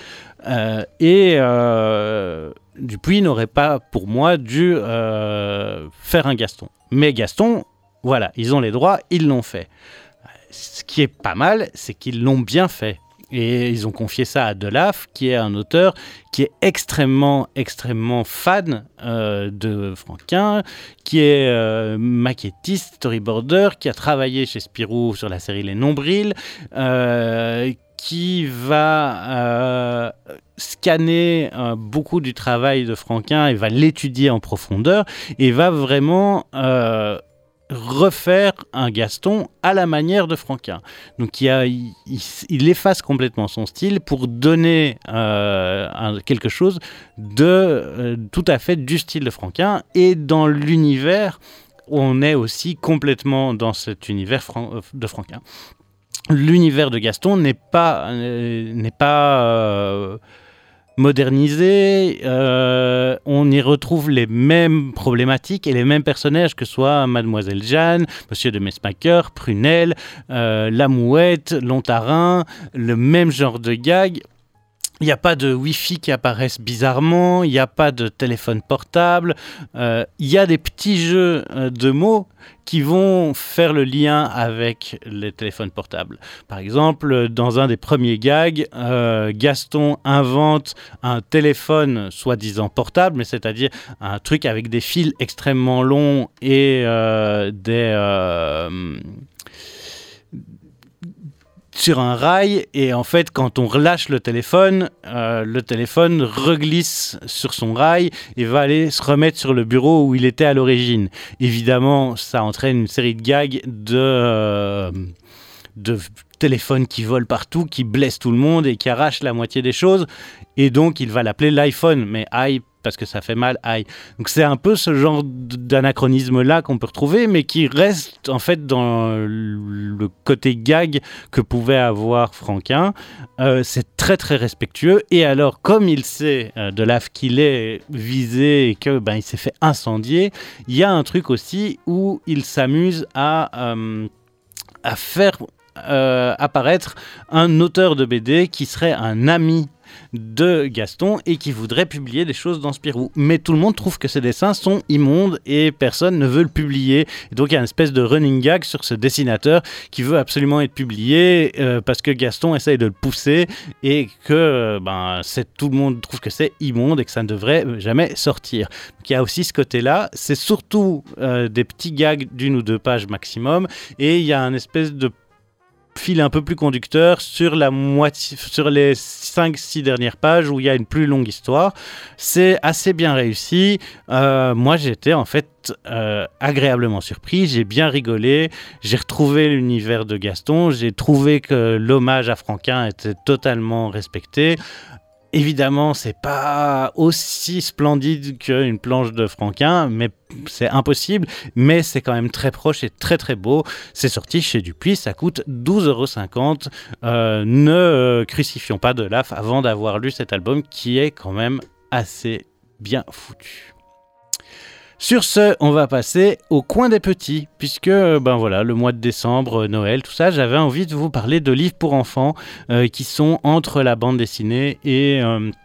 Dupuis n'aurait pas, pour moi, dû faire un Gaston. Mais Gaston, voilà, ils ont les droits, ils l'ont fait. Ce qui est pas mal, c'est qu'ils l'ont bien fait. Et ils ont confié ça à Delaf, qui est un auteur qui est extrêmement, extrêmement fan de Franquin, qui est maquettiste, storyboarder, qui a travaillé chez Spirou sur la série Les Nombrils, qui va scanner beaucoup du travail de Franquin et va l'étudier en profondeur et va vraiment refaire un Gaston à la manière de Franquin. Donc il efface complètement son style pour donner quelque chose de tout à fait du style de Franquin, et dans l'univers, on est aussi complètement dans cet univers de Franquin. L'univers de Gaston n'est pas modernisé, on y retrouve les mêmes problématiques et les mêmes personnages, que ce soit Mademoiselle Jeanne, Monsieur de Mesmaeker, Prunelle, la Mouette, Lontarin, le même genre de gag. Il n'y a pas de Wi-Fi qui apparaissent bizarrement, il n'y a pas de téléphone portable, il y a des petits jeux de mots qui vont faire le lien avec les téléphones portables. Par exemple, dans un des premiers gags, Gaston invente un téléphone soi-disant portable, mais c'est-à-dire un truc avec des fils extrêmement longs et sur un rail, et en fait quand on relâche le téléphone reglisse sur son rail et va aller se remettre sur le bureau où il était à l'origine. Évidemment, ça entraîne une série de gags de téléphones qui volent partout, qui blessent tout le monde et qui arrachent la moitié des choses, et donc il va l'appeler l'iPhone, mais parce que ça fait mal, Donc c'est un peu ce genre d'anachronisme-là qu'on peut retrouver, mais qui reste en fait dans le côté gag que pouvait avoir Franquin. C'est très très respectueux, et alors comme il sait Delaf qu'il est visé et que il s'est fait incendier, il y a un truc aussi où il s'amuse à faire apparaître un auteur de BD qui serait un ami de Gaston et qui voudrait publier des choses dans Spirou. Mais tout le monde trouve que ses dessins sont immondes et personne ne veut le publier. Et donc il y a une espèce de running gag sur ce dessinateur qui veut absolument être publié parce que Gaston essaye de le pousser et que tout le monde trouve que c'est immonde et que ça ne devrait jamais sortir. Donc il y a aussi ce côté-là. C'est surtout des petits gags d'1 ou 2 pages maximum, et il y a un espèce de fil un peu plus conducteur sur les 5-6 dernières pages où il y a une plus longue histoire. C'est assez bien réussi. Moi, j'étais en fait agréablement surpris. J'ai bien rigolé. J'ai retrouvé l'univers de Gaston. J'ai trouvé que l'hommage à Franquin était totalement respecté. Évidemment, c'est pas aussi splendide qu'une planche de Franquin, mais c'est impossible, mais c'est quand même très proche et très très beau. C'est sorti chez Dupuis, ça coûte 12,50 €. Ne crucifions pas de Delaf avant d'avoir lu cet album qui est quand même assez bien foutu. Sur ce, on va passer au coin des petits, puisque le mois de décembre, Noël, tout ça, j'avais envie de vous parler de livres pour enfants qui sont entre la bande dessinée et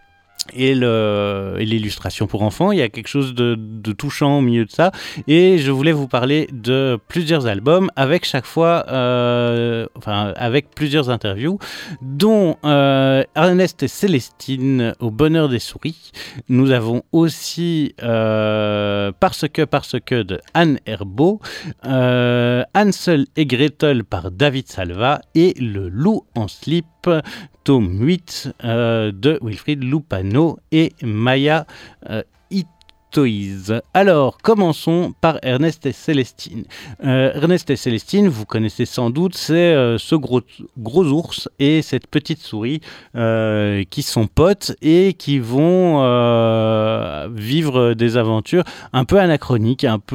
l'illustration pour enfants. Il y a quelque chose de touchant au milieu de ça, et je voulais vous parler de plusieurs albums avec chaque fois avec plusieurs interviews, dont Ernest et Célestine au bonheur des souris. Nous avons aussi Parce que de Anne Herbeau, Hansel et Gretel par David Salva et Le loup en slip, tome 8 de Wilfried Lupano et Maya Itoiz. Alors, commençons par Ernest et Célestine. Ernest et Célestine, vous connaissez sans doute, c'est ce gros ours et cette petite souris qui sont potes et qui vont vivre des aventures un peu anachroniques, on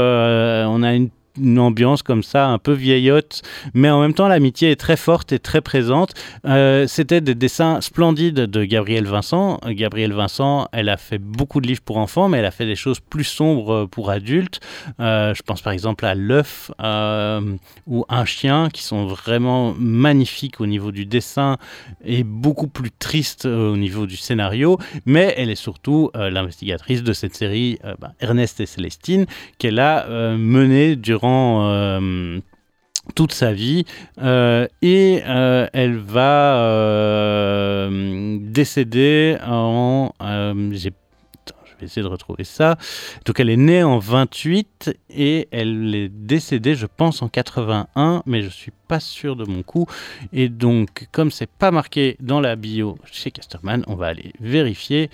a une ambiance comme ça, un peu vieillotte, mais en même temps l'amitié est très forte et très présente. C'était des dessins splendides de Gabrielle Vincent. Gabrielle Vincent, elle a fait beaucoup de livres pour enfants, mais elle a fait des choses plus sombres pour adultes. Je pense par exemple à L'œuf ou Un chien, qui sont vraiment magnifiques au niveau du dessin et beaucoup plus tristes au niveau du scénario, mais elle est surtout l'investigatrice de cette série Ernest et Célestine, qu'elle a menée durant toute sa vie, et elle va décéder en... je vais essayer de retrouver ça. Donc elle est née en 28 et elle est décédée, je pense, en 81, mais je suis pas sûr de mon coup. Et donc, comme c'est pas marqué dans la bio chez Casterman, on va aller vérifier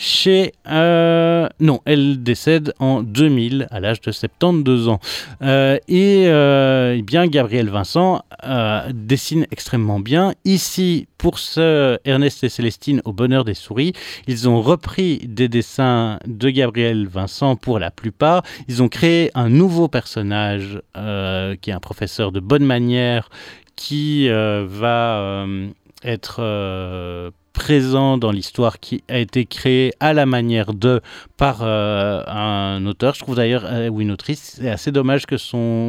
non, elle décède en 2000 à l'âge de 72 ans. Eh bien, Gabrielle Vincent dessine extrêmement bien. Ici, pour ce Ernest et Célestine au bonheur des souris, ils ont repris des dessins de Gabrielle Vincent pour la plupart. Ils ont créé un nouveau personnage qui est un professeur de bonne manière qui va être présent dans l'histoire, qui a été créée à la manière de par un auteur, je trouve d'ailleurs, ou une autrice. C'est assez dommage que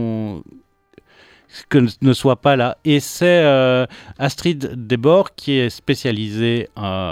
ne soit pas là. Et c'est Astrid Debord qui est spécialisée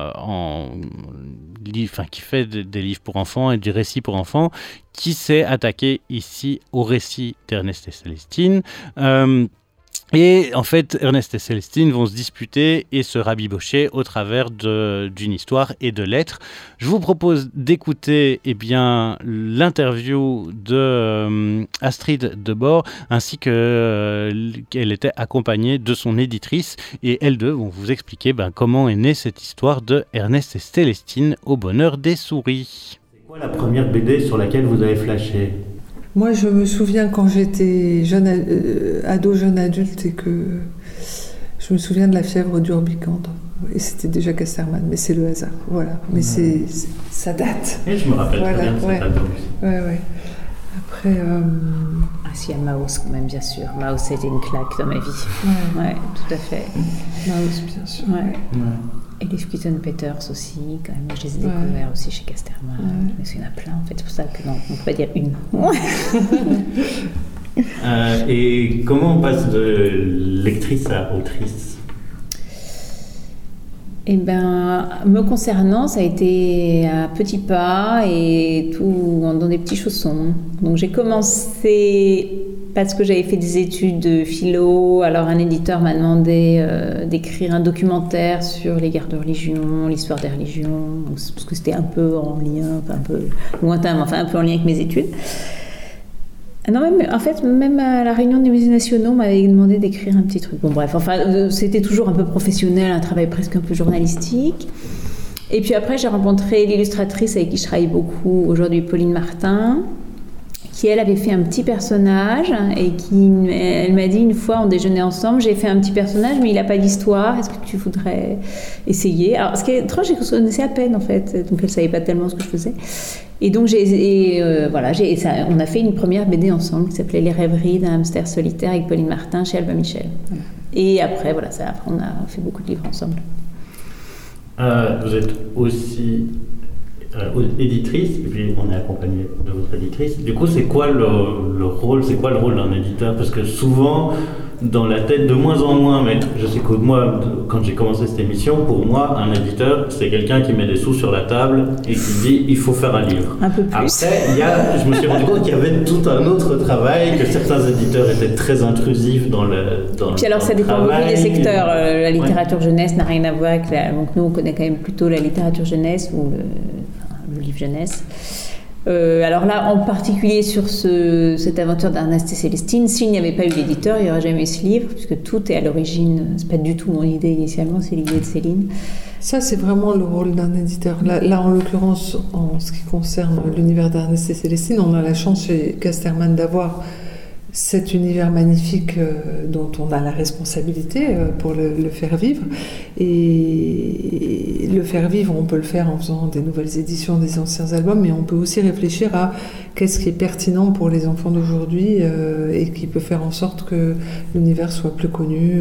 qui fait des livres pour enfants et du récit pour enfants, qui s'est attaquée ici au récit d'Ernest et Célestine. Et en fait, Ernest et Célestine vont se disputer et se rabibocher au travers d'une histoire et de lettres. Je vous propose d'écouter l'interview de Astrid Debord, ainsi qu'elle était accompagnée de son éditrice. Et elles deux vont vous expliquer comment est née cette histoire de Ernest et Célestine au bonheur des souris. C'est quoi la première BD sur laquelle vous avez flashé ? Moi, je me souviens quand j'étais jeune adulte, et que je me souviens de La fièvre d'Urbicande. Et c'était déjà Casterman, mais c'est le hasard. Voilà. Mais ça date. Et je me rappelle très bien de cet album. Ouais. Après... Ah si, il y a Maus quand même, bien sûr. Maus, c'était une claque dans ma vie. Ouais, tout à fait. Maus, bien sûr. Ouais. Et les Squeaton Peters aussi, quand même. Je les ai découverts aussi chez Casterman. Mais il y en a plein, en fait. C'est pour ça que non, on ne peut pas dire une. Et comment on passe de lectrice à autrice ? Me concernant, ça a été à petits pas et tout dans des petits chaussons. Donc j'ai commencé parce que j'avais fait des études de philo. Alors un éditeur m'a demandé d'écrire un documentaire sur les guerres de religion, l'histoire des religions, parce que c'était un peu en lien, un peu lointain, mais enfin un peu en lien avec mes études. Non, même à la réunion des musées nationaux, on m'avait demandé d'écrire un petit truc. Bon, bref, c'était toujours un peu professionnel, un travail presque un peu journalistique. Et puis après, j'ai rencontré l'illustratrice avec qui je travaille beaucoup aujourd'hui, Pauline Martin, qui elle avait fait un petit personnage et elle m'a dit une fois, on déjeunait ensemble, j'ai fait un petit personnage mais il n'a pas d'histoire, est-ce que tu voudrais essayer? Alors ce qui est étrange, c'est que je connaissais à peine en fait, donc elle ne savait pas tellement ce que je faisais. Et donc on a fait une première BD ensemble qui s'appelait Les rêveries d'un hamster solitaire avec Pauline Martin chez Albin Michel. Voilà. Et après, après on a fait beaucoup de livres ensemble. Vous êtes aussi éditrice, et puis on est accompagné de votre éditrice. Du coup, c'est quoi le rôle d'un éditeur? Parce que souvent, dans la tête, de moins en moins, mais je sais que moi, quand j'ai commencé cette émission, pour moi, un éditeur, c'est quelqu'un qui met des sous sur la table et qui dit il faut faire un livre. Un peu plus. Après, je me suis rendu compte qu'il y avait tout un autre travail, que certains éditeurs étaient très intrusifs dans le Puis alors, ça dépend beaucoup des secteurs. La littérature jeunesse n'a rien à voir avec donc nous, on connaît quand même plutôt la littérature jeunesse ou le livre jeunesse. Alors là, en particulier sur cette aventure d'Ernest et Célestine, s'il n'y avait pas eu l'éditeur, il n'y aurait jamais eu ce livre, puisque tout est à l'origine. C'est pas du tout mon idée initialement, c'est l'idée de Céline. Ça, c'est vraiment le rôle d'un éditeur. Là, en l'occurrence, en ce qui concerne l'univers d'Ernest et Célestine, on a la chance chez Casterman d'avoir cet univers magnifique dont on a la responsabilité pour le faire vivre. Et le faire vivre, on peut le faire en faisant des nouvelles éditions des anciens albums, mais on peut aussi réfléchir à qu'est-ce qui est pertinent pour les enfants d'aujourd'hui et qui peut faire en sorte que l'univers soit plus connu.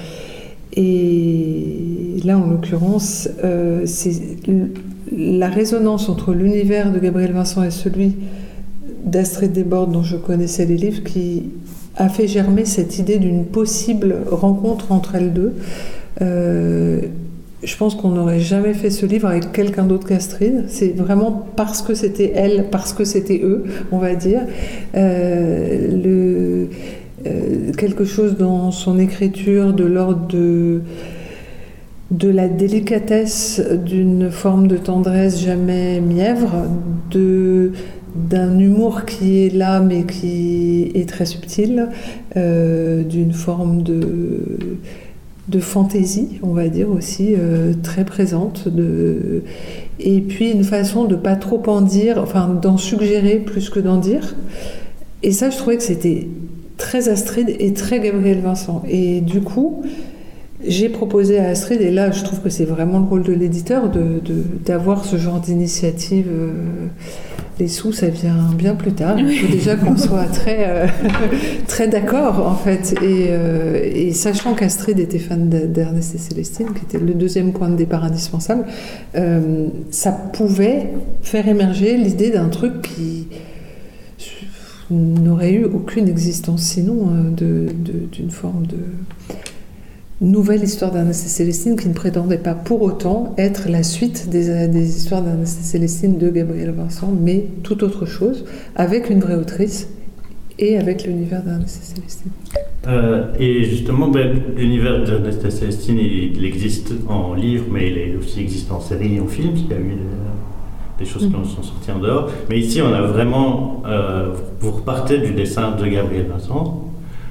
Et là, en l'occurrence, c'est la résonance entre l'univers de Gabriel Vincent et celui d'Astrid Desbordes, dont je connaissais les livres, qui a fait germer cette idée d'une possible rencontre entre elles deux. Je pense qu'on n'aurait jamais fait ce livre avec quelqu'un d'autre qu'Astrid. C'est vraiment parce que c'était elle, parce que c'était eux, on va dire. Quelque chose dans son écriture de l'ordre de la délicatesse, d'une forme de tendresse jamais mièvre, d'un humour qui est là mais qui est très subtil, d'une forme de fantaisie, on va dire aussi, très présente, et puis une façon de pas trop en dire, enfin d'en suggérer plus que d'en dire. Et ça, je trouvais que c'était très Astrid et très Gabriel Vincent. Et du coup, j'ai proposé à Astrid, et là je trouve que c'est vraiment le rôle de l'éditeur, d'avoir ce genre d'initiative. Les sous, ça vient bien plus tard. Il faut déjà qu'on soit très d'accord, en fait. Et sachant qu'Astrid était fan d'Ernest et Célestine, qui était le deuxième point de départ indispensable, ça pouvait faire émerger l'idée d'un truc qui n'aurait eu aucune existence sinon d'une forme de nouvelle histoire d'Ernest et Célestine qui ne prétendait pas pour autant être la suite des histoires d'Ernest et Célestine de Gabriel Vincent, mais tout autre chose, avec une vraie autrice et avec l'univers d'Ernest et Célestine. Et justement, l'univers d'Ernest et Célestine, il existe en livre, mais il aussi existe en série et en film, parce qu'il y a eu des choses qui sont sorties en dehors. Mais ici, on a vraiment... vous repartez du dessin de Gabriel Vincent.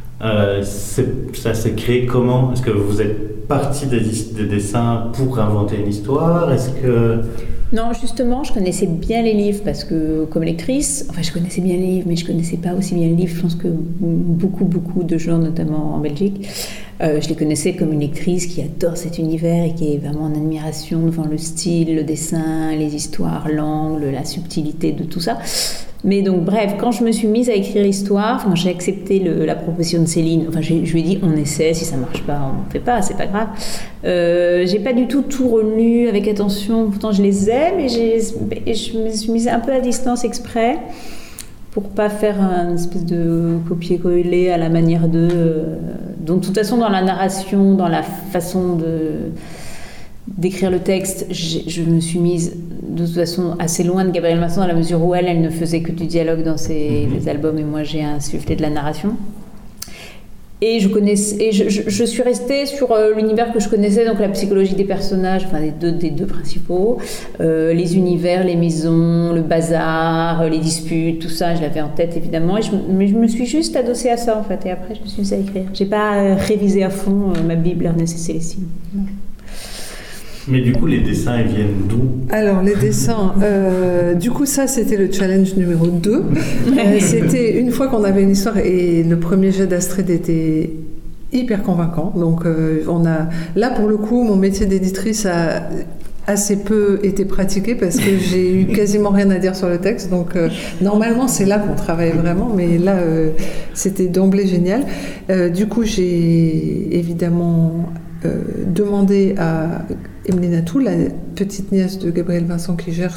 Ça s'est créé comment? Est-ce que vous êtes parti des dessins pour inventer une histoire? Est-ce que... Non, justement, je connaissais bien les livres parce que, comme lectrice, enfin, je connaissais bien les livres, mais je connaissais pas aussi bien les livres. Je pense que beaucoup de gens, notamment en Belgique, je les connaissais comme une lectrice qui adore cet univers et qui est vraiment en admiration devant le style, le dessin, les histoires, l'angle, la subtilité de tout ça. Mais donc, bref, quand je me suis mise à écrire l'histoire, quand j'ai accepté la proposition de Céline, enfin, je lui ai dit, on essaie, si ça marche pas, on ne fait pas, c'est pas grave. J'ai pas du tout relu avec attention, pourtant je les aime, et je me suis mise un peu à distance exprès pour pas faire une espèce de copier-coller à la manière donc, de toute façon, dans la narration, dans la façon d'écrire le texte, je me suis mise de toute façon assez loin de Gabriel Vincent dans la mesure où elle ne faisait que du dialogue dans ses albums et moi j'ai insufflé de la narration. Et je suis restée sur l'univers que je connaissais, donc la psychologie des personnages, enfin des deux principaux, les univers, les maisons, le bazar, les disputes, tout ça, je l'avais en tête évidemment, mais je me suis juste adossée à ça en fait, et après je me suis mise à écrire. J'ai pas révisé à fond ma Bible Ernest et Célestine. Non. Mais du coup, les dessins, ils viennent d'où ? Alors, les dessins, du coup, ça, c'était le challenge numéro 2. C'était une fois qu'on avait une histoire, et le premier jet d'Astrid était hyper convaincant. Donc, là, pour le coup, mon métier d'éditrice a assez peu été pratiqué parce que j'ai eu quasiment rien à dire sur le texte. Donc, normalement, c'est là qu'on travaille vraiment, mais là, c'était d'emblée génial. Du coup, j'ai évidemment demandé à Emeline Atou, la petite nièce de Gabriel Vincent qui gère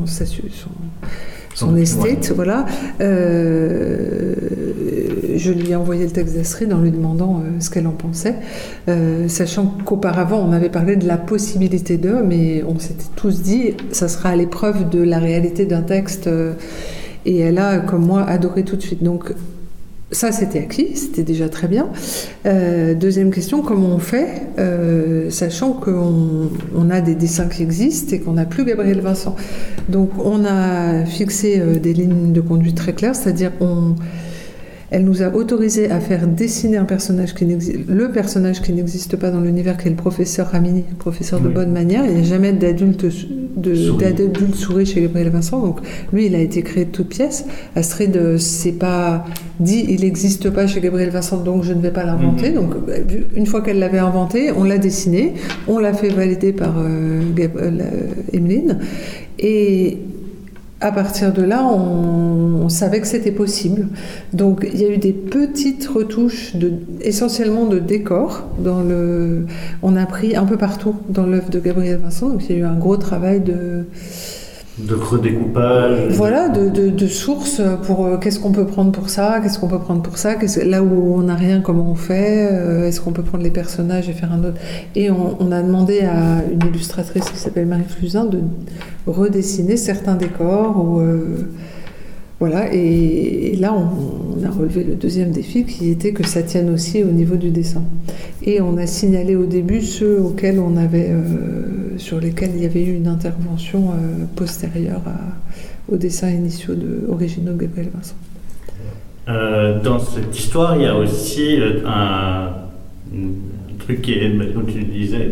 son estate, voilà. Je lui ai envoyé le texte d'Astrid en lui demandant ce qu'elle en pensait, sachant qu'auparavant on avait parlé de la possibilité mais on s'était tous dit ça sera à l'épreuve de la réalité d'un texte, et elle a, comme moi, adoré tout de suite. Donc ça, c'était acquis, c'était déjà très bien. Deuxième question, comment on fait, sachant qu'on a des dessins qui existent et qu'on n'a plus Gabriel Vincent. Donc, on a fixé des lignes de conduite très claires, c'est-à-dire elle nous a autorisé à faire dessiner le personnage qui n'existe pas dans l'univers, qui est le professeur Ramini, professeur de bonne manière. Il n'y a jamais d'adulte souris chez Gabriel Vincent, donc lui, il a été créé de toutes pièces. Astrid s'est pas dit il n'existe pas chez Gabriel Vincent, donc je ne vais pas l'inventer. Donc une fois qu'elle l'avait inventé, on l'a dessiné, on l'a fait valider par Emeline, et à partir de là, on savait que c'était possible. Donc, il y a eu des petites retouches, essentiellement de décor. On a pris un peu partout dans l'œuvre de Gabriel Vincent. Donc, il y a eu un gros travail de redécoupage. Voilà, de sources pour qu'est-ce qu'on peut prendre pour ça, qu'est-ce qu'on peut prendre pour ça, là où on n'a rien, comment on fait, est-ce qu'on peut prendre les personnages et faire un autre. Et on a demandé à une illustratrice qui s'appelle Marie Flusin de redessiner certains décors. Voilà, et là on a relevé le deuxième défi, qui était que ça tienne aussi au niveau du dessin. Et on a signalé au début ceux auxquels sur lesquels il y avait eu une intervention postérieure aux dessins initiaux originaux de Gabriel Vincent. Dans cette histoire, il y a aussi un truc qui est, comme tu disais,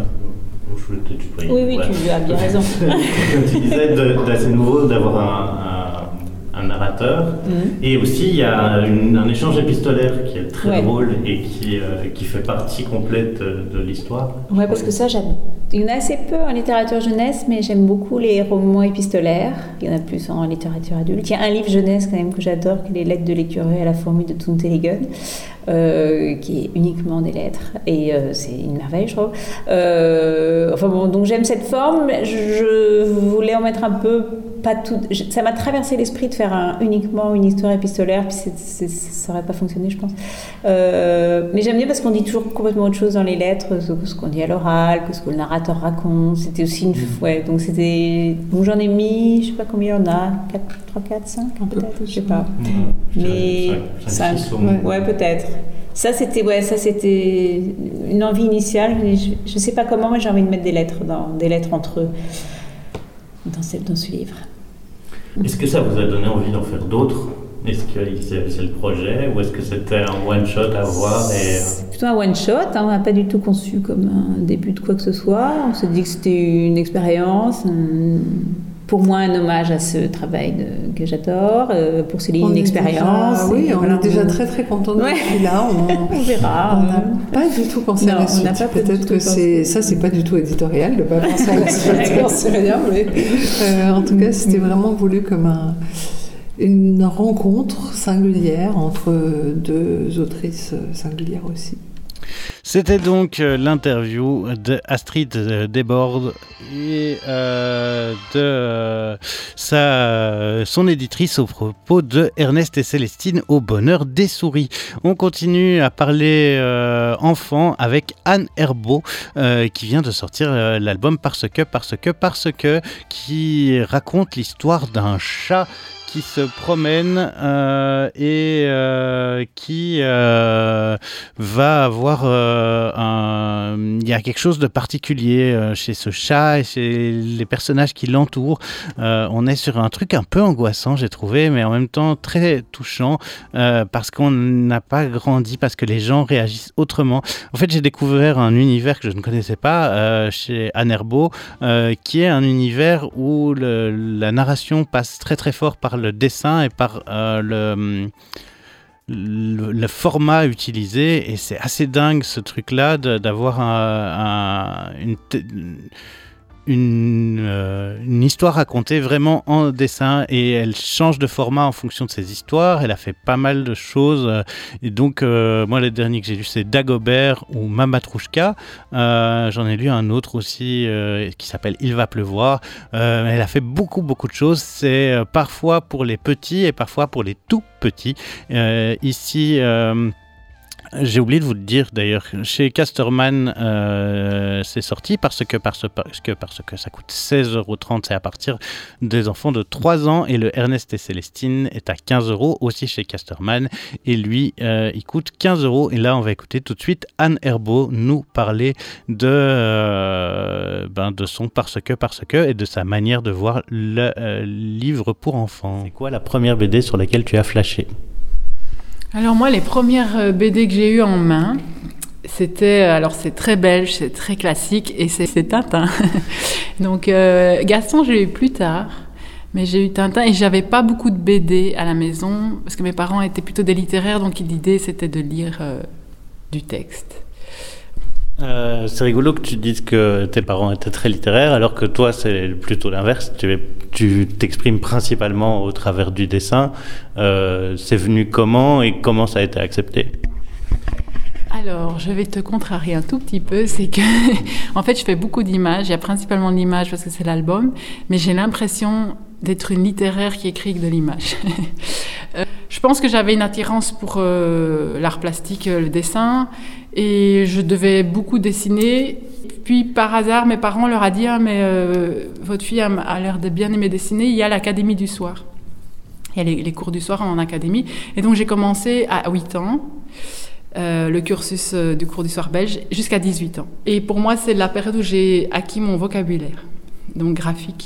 oui, tu as bien raison. Comme tu disais, d'assez nouveau d'avoir un narrateur, et aussi il y a un échange épistolaire qui est très drôle et qui fait partie complète de l'histoire. Ouais, parce que ça, il y en a assez peu en littérature jeunesse, mais j'aime beaucoup les romans épistolaires. Il y en a plus en littérature adulte. Il y a un livre jeunesse quand même que j'adore, qui est Les Lettres de l'écureuil à la fourmi de Tuntelegen, qui est uniquement des lettres, et c'est une merveille, je trouve. Enfin bon, donc j'aime cette forme. Je voulais en mettre un peu, pas tout. Ça m'a traversé l'esprit de faire uniquement une histoire épistolaire, puis ça n'aurait pas fonctionné, je pense. Mais j'aime bien parce qu'on dit toujours complètement autre chose dans les lettres, ce qu'on dit à l'oral, que ce que le narrateur raconte. C'était aussi une... Ouais, donc j'en ai mis, je sais pas combien il y en a, 3, 4, 5 peut-être, je sais pas. Mais 5, ouais, peut-être. Ça c'était une envie initiale. Je sais pas comment, mais j'ai envie de mettre des lettres entre eux dans ce livre. Est-ce que ça vous a donné envie d'en faire d'autres ? Est-ce que c'est le projet, ou est-ce que c'était un one-shot à voir C'est plutôt un one-shot, on n'a pas du tout conçu comme un début de quoi que ce soit. On s'est dit que c'était une expérience, pour moi un hommage à ce travail que j'adore, pour Céline une expérience. On est déjà très très contents de celui-là. On verra. On n'a pas du tout pensé à la suite. Peut-être que c'est pas du tout éditorial de ne pas penser à la suite, j'en sais rien, mais en tout cas c'était vraiment voulu comme une rencontre singulière entre deux autrices singulières aussi. C'était donc l'interview d'Astrid Desbordes et de son éditrice au propos de Ernest et Célestine au bonheur des souris. On continue à parler enfants avec Anne Herbeau qui vient de sortir l'album Parce que, qui raconte l'histoire d'un chat qui se promène et qui va avoir il y a quelque chose de particulier chez ce chat et chez les personnages qui l'entourent. On est sur un truc un peu angoissant, j'ai trouvé, mais en même temps très touchant parce qu'on n'a pas grandi, parce que les gens réagissent autrement. En fait, j'ai découvert un univers que je ne connaissais pas chez Anne Herbault, qui est un univers où la narration passe très très fort par le dessin et par le format utilisé, et c'est assez dingue ce truc-là d'avoir une histoire racontée vraiment en dessin, et elle change de format en fonction de ses histoires. Elle a fait pas mal de choses, et donc moi les derniers que j'ai lus c'est Dagobert ou Mamatrouchka. J'en ai lu un autre aussi qui s'appelle Il va pleuvoir. Elle a fait beaucoup de choses. C'est parfois pour les petits et parfois pour les tout petits. Ici j'ai oublié de vous le dire d'ailleurs, chez Casterman c'est sorti parce que ça coûte 16,30 €, c'est à partir des enfants de 3 ans, et le Ernest et Célestine est à 15 € aussi chez Casterman, et lui il coûte 15 €. Et là on va écouter tout de suite Anne Herbault nous parler de son parce que et de sa manière de voir le livre pour enfants. C'est quoi la première BD sur laquelle tu as flashé ? Alors moi, les premières BD que j'ai eues en main, c'est très belge, c'est très classique, et c'est Tintin. Donc Gaston, je l'ai eu plus tard, mais j'ai eu Tintin, et j'avais pas beaucoup de BD à la maison, parce que mes parents étaient plutôt des littéraires, donc l'idée c'était de lire du texte. C'est rigolo que tu dises que tes parents étaient très littéraires, alors que toi c'est plutôt l'inverse. Tu t'exprimes principalement au travers du dessin. C'est venu comment et comment ça a été accepté ? Alors, je vais te contrarier un tout petit peu, c'est que, en fait, je fais beaucoup d'images. Il y a principalement de l'image parce que c'est l'album, mais j'ai l'impression d'être une littéraire qui écrit de l'image. Je pense que j'avais une attirance pour l'art plastique, le dessin, et je devais beaucoup dessiner. Puis, par hasard, mes parents leur ont dit « Ah, mais votre fille a l'air de bien aimer dessiner, il y a l'Académie du soir. » Il y a les cours du soir en académie. Et donc, j'ai commencé à 8 ans. Le cursus du cours du soir belge jusqu'à 18 ans. Et pour moi, c'est la période où j'ai acquis mon vocabulaire, donc graphique.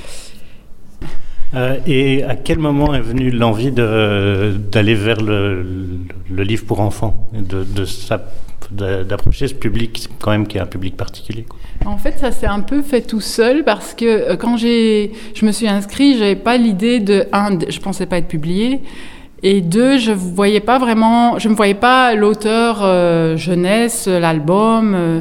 Et à quel moment est venue l'envie d'aller vers le livre pour enfants, d'approcher ce public quand même qui est un public particulier, quoi. En fait, ça s'est un peu fait tout seul parce que quand je me suis inscrite, j'avais pas l'idée je pensais pas être publiée. Et 2, je me voyais pas l'auteur jeunesse, l'album.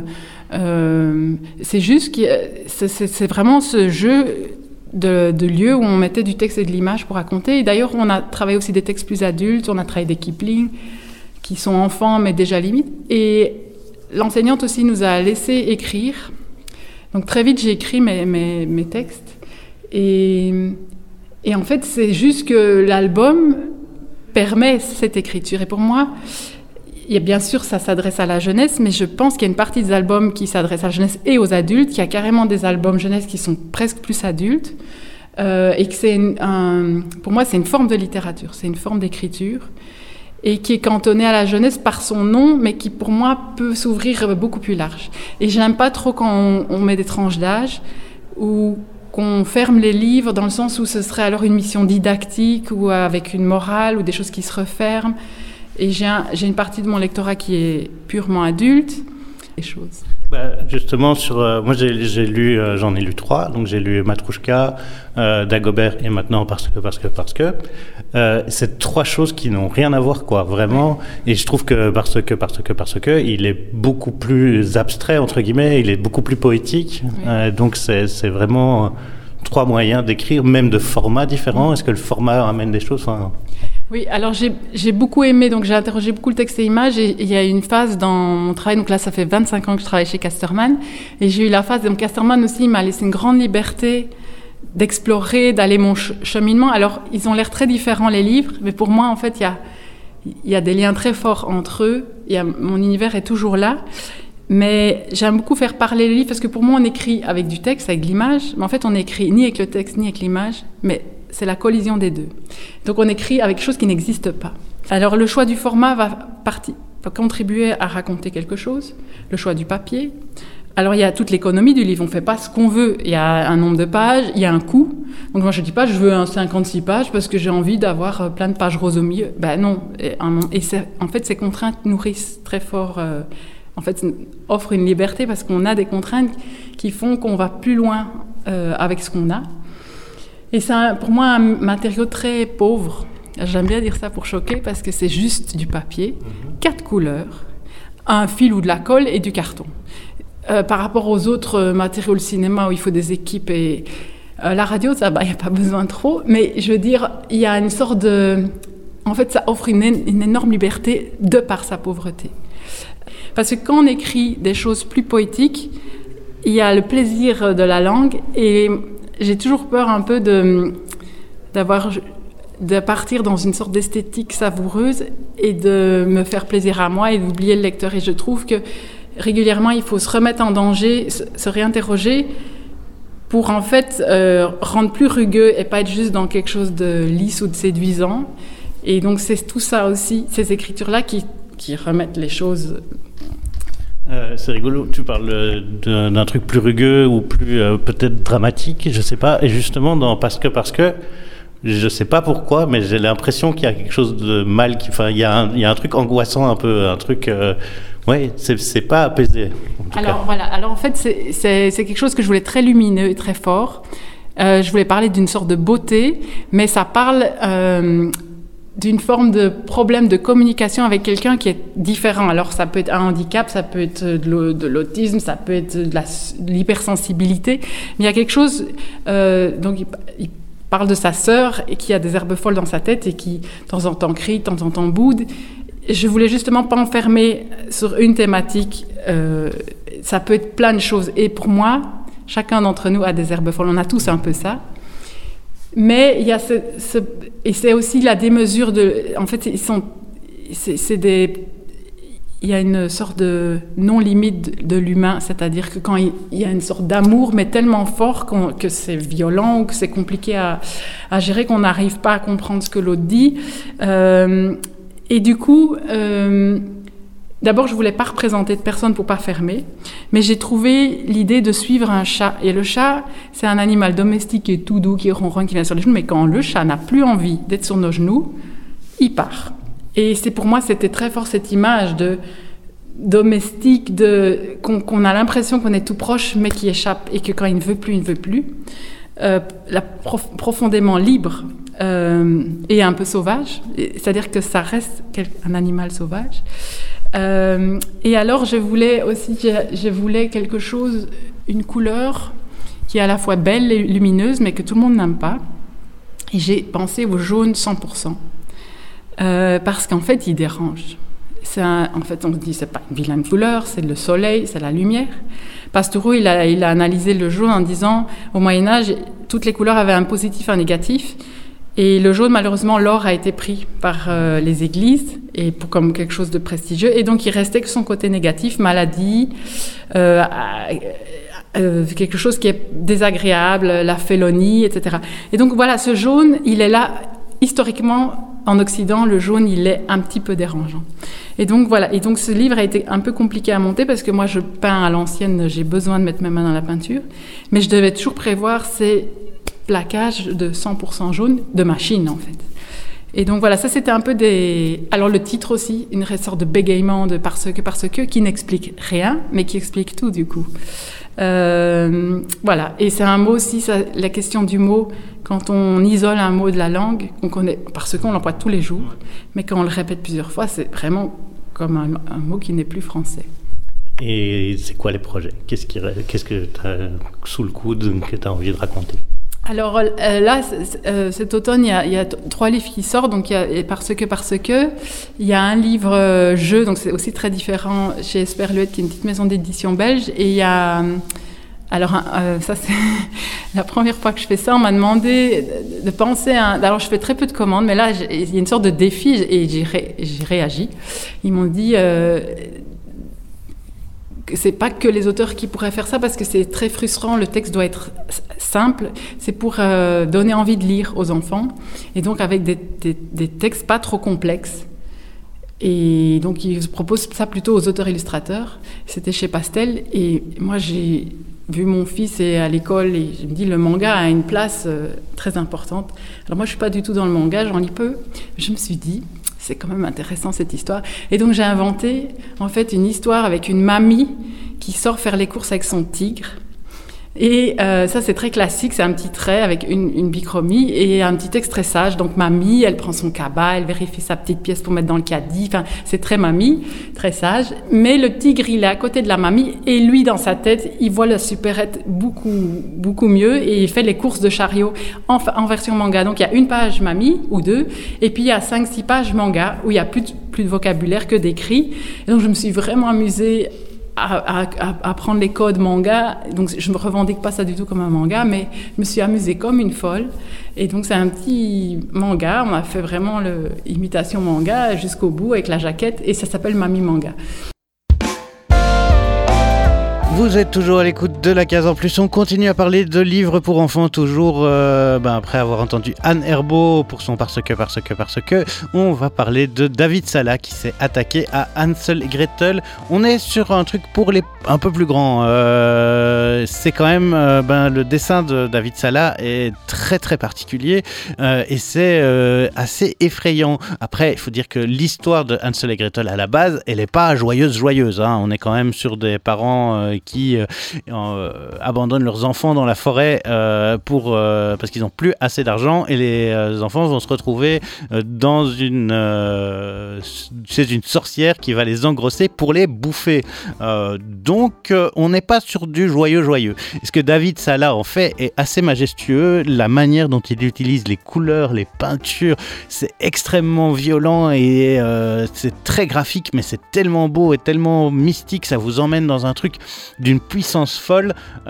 C'est juste que c'est vraiment ce jeu de lieu où on mettait du texte et de l'image pour raconter. Et d'ailleurs, on a travaillé aussi des textes plus adultes. On a travaillé des Kipling, qui sont enfants, mais déjà limite. Et l'enseignante aussi nous a laissé écrire. Donc très vite, j'ai écrit mes textes. Et en fait, c'est juste que l'album permet cette écriture. Et pour moi, bien sûr, ça s'adresse à la jeunesse, mais je pense qu'il y a une partie des albums qui s'adressent à la jeunesse et aux adultes, qu'il y a carrément des albums jeunesse qui sont presque plus adultes, et que pour moi, c'est une forme de littérature, c'est une forme d'écriture, et qui est cantonnée à la jeunesse par son nom, mais qui, pour moi, peut s'ouvrir beaucoup plus large. Et je n'aime pas trop quand on met des tranches d'âge, ou qu'on ferme les livres dans le sens où ce serait alors une mission didactique ou avec une morale ou des choses qui se referment. Et j'ai une partie de mon lectorat qui est purement adulte. Des choses. Justement, moi j'en ai lu 3, donc j'ai lu Matrouchka, Dagobert et maintenant parce que. C'est 3 choses qui n'ont rien à voir, quoi, vraiment. Et je trouve que parce que, il est beaucoup plus abstrait, entre guillemets, il est beaucoup plus poétique. Oui. Donc c'est vraiment 3 moyens d'écrire, même de formats différents. Est-ce que le format amène des choses, Oui, alors j'ai beaucoup aimé, donc j'ai interrogé beaucoup le texte et images, et il y a une phase dans mon travail, donc là ça fait 25 ans que je travaille chez Casterman, et j'ai eu la phase, donc Casterman aussi, il m'a laissé une grande liberté d'explorer, d'aller mon cheminement. Alors ils ont l'air très différents les livres, mais pour moi en fait il y a des liens très forts entre eux, mon univers est toujours là, mais j'aime beaucoup faire parler les livres, parce que pour moi on écrit avec du texte, avec de l'image, mais en fait on écrit ni avec le texte ni avec l'image, mais c'est la collision des deux. Donc on écrit avec quelque chose qui n'existe pas. Alors le choix du format va contribuer à raconter quelque chose, le choix du papier. Alors il y a toute l'économie du livre, on ne fait pas ce qu'on veut. Il y a un nombre de pages, il y a un coût. Donc moi je ne dis pas je veux un 56 pages parce que j'ai envie d'avoir plein de pages roses au milieu. Ben non. Et en fait ces contraintes nourrissent très fort, offrent une liberté parce qu'on a des contraintes qui font qu'on va plus loin avec ce qu'on a. Et c'est pour moi un matériau très pauvre. J'aime bien dire ça pour choquer parce que c'est juste du papier, 4 couleurs, un fil ou de la colle et du carton. Par rapport aux autres matériaux, le cinéma où il faut des équipes et la radio, ça, il n'y a pas besoin trop. Mais je veux dire, il y a une sorte de... En fait, ça offre une énorme liberté de par sa pauvreté. Parce que quand on écrit des choses plus poétiques, il y a le plaisir de la langue et j'ai toujours peur un peu de partir dans une sorte d'esthétique savoureuse et de me faire plaisir à moi et d'oublier le lecteur. Et je trouve que régulièrement, il faut se remettre en danger, se réinterroger pour en fait rendre plus rugueux et pas être juste dans quelque chose de lisse ou de séduisant. Et donc c'est tout ça aussi, ces écritures-là qui remettent les choses... c'est rigolo, tu parles d'un truc plus rugueux ou plus peut-être dramatique, je sais pas. Et justement, dans Parce que, je sais pas pourquoi, mais j'ai l'impression qu'il y a quelque chose de mal, il y a un truc angoissant un peu, un truc... ouais, c'est pas apaisé. Alors en fait, c'est quelque chose que je voulais très lumineux et très fort. Je voulais parler d'une sorte de beauté, mais ça parle d'une forme de problème de communication avec quelqu'un qui est différent. Alors ça peut être un handicap, ça peut être de l'autisme, ça peut être de l'hypersensibilité, mais il y a quelque chose... donc il parle de sa sœur et qui a des herbes folles dans sa tête et qui de temps en temps crie, de temps en temps boude. Je voulais justement pas enfermer sur une thématique. Ça peut être plein de choses. Et pour moi, chacun d'entre nous a des herbes folles. On a tous un peu ça. Mais il y a et c'est aussi la démesure de... En fait, il y a une sorte de non-limite de l'humain, c'est-à-dire que quand il y a une sorte d'amour, mais tellement fort que c'est violent ou que c'est compliqué à gérer, qu'on n'arrive pas à comprendre ce que l'autre dit. Et du coup, d'abord, je ne voulais pas représenter de personne pour ne pas fermer, mais j'ai trouvé l'idée de suivre un chat. Et le chat, c'est un animal domestique qui est tout doux, qui ronronne, qui vient sur les genoux, mais quand le chat n'a plus envie d'être sur nos genoux, il part. Et pour moi, c'était très fort cette image de domestique, qu'on a l'impression qu'on est tout proche, mais qui échappe, et que quand il ne veut plus, il ne veut plus. Profondément libre et un peu sauvage, c'est-à-dire que ça reste un animal sauvage. Et alors, je voulais quelque chose, une couleur qui est à la fois belle et lumineuse, mais que tout le monde n'aime pas. Et j'ai pensé au jaune 100%. Parce qu'en fait, il dérange. En fait, on se dit c'est pas une vilaine couleur, c'est le soleil, c'est la lumière. Pastoureau, il a analysé le jaune en disant au Moyen-Âge, toutes les couleurs avaient un positif et un négatif. Et le jaune, malheureusement, l'or a été pris par les églises et comme quelque chose de prestigieux. Et donc, il restait que son côté négatif, maladie, quelque chose qui est désagréable, la félonie, etc. Et donc, voilà, ce jaune, il est là historiquement. En Occident, le jaune, il est un petit peu dérangeant. Et donc, voilà. Et donc, ce livre a été un peu compliqué à monter parce que moi, je peins à l'ancienne, j'ai besoin de mettre mes mains dans la peinture. Mais je devais toujours prévoir ces plaquages de 100% jaune de machine, en fait. Et donc, voilà, ça, c'était un peu des... Alors, le titre aussi, une sorte de bégaiement de parce que, qui n'explique rien, mais qui explique tout, du coup. Voilà. Et c'est un mot aussi, la question du mot... Quand on isole un mot de la langue, qu'on connaît, parce qu'on l'emploie tous les jours, mais quand on le répète plusieurs fois, c'est vraiment comme un mot qui n'est plus français. Et c'est quoi les projets ? Qu'est-ce que tu as sous le coude que tu as envie de raconter ? Alors là, cet automne, il y a 3 livres qui sortent. Donc il y a Parce que. Il y a un livre jeu, donc c'est aussi très différent chez Esperluette, qui est une petite maison d'édition belge. Et il y a... Alors, ça, c'est la première fois que je fais ça. On m'a demandé de penser à... Alors, je fais très peu de commandes, mais là, il y a une sorte de défi et j'ai réagi. Ils m'ont dit, c'est pas que les auteurs qui pourraient faire ça parce que c'est très frustrant, le texte doit être simple, c'est pour donner envie de lire aux enfants et donc avec des textes pas trop complexes. Et donc ils proposent ça plutôt aux auteurs-illustrateurs. C'était chez Pastel et moi j'ai vu mon fils est à l'école et je me dis le manga a une place très importante. Alors moi je suis pas du tout dans le manga, j'en lis peu. Je me suis dit c'est quand même intéressant cette histoire. Et donc j'ai inventé en fait une histoire avec une mamie qui sort faire les courses avec son tigre. Et ça c'est très classique, c'est un petit trait avec une bichromie et un petit texte très sage. Donc mamie, elle prend son cabas, elle vérifie sa petite pièce pour mettre dans le caddie. Enfin c'est très mamie, très sage. Mais le tigre il est à côté de la mamie et lui dans sa tête il voit la supérette beaucoup mieux et il fait les courses de chariot en version manga. Donc il y a une page mamie ou deux et puis il y a 5-6 pages manga où il y a plus de vocabulaire que d'écrit. Et donc je me suis vraiment amusée à prendre les codes manga, donc je me revendique pas ça du tout comme un manga, mais je me suis amusée comme une folle. Et donc c'est un petit manga, on a fait vraiment l'imitation manga jusqu'au bout avec la jaquette et ça s'appelle Mamie Manga. Vous êtes toujours à l'écoute de la case en plus. On continue à parler de livres pour enfants, toujours après avoir entendu Anne Herbeau pour son Parce que. On va parler de David Sala qui s'est attaqué à Hansel et Gretel. On est sur un truc pour les un peu plus grands. C'est quand même le dessin de David Sala est très très particulier et c'est assez effrayant. Après, il faut dire que l'histoire de Hansel et Gretel à la base, elle n'est pas joyeuse. Hein. On est quand même sur des parents qui abandonnent leurs enfants dans la forêt parce qu'ils n'ont plus assez d'argent et les enfants vont se retrouver chez une sorcière qui va les engrosser pour les bouffer. Donc on n'est pas sur du joyeux. Et ce que David Sala en fait est assez majestueux. La manière dont il utilise les couleurs, les peintures, c'est extrêmement violent et c'est très graphique, mais c'est tellement beau et tellement mystique, ça vous emmène dans un truc d'une puissance folle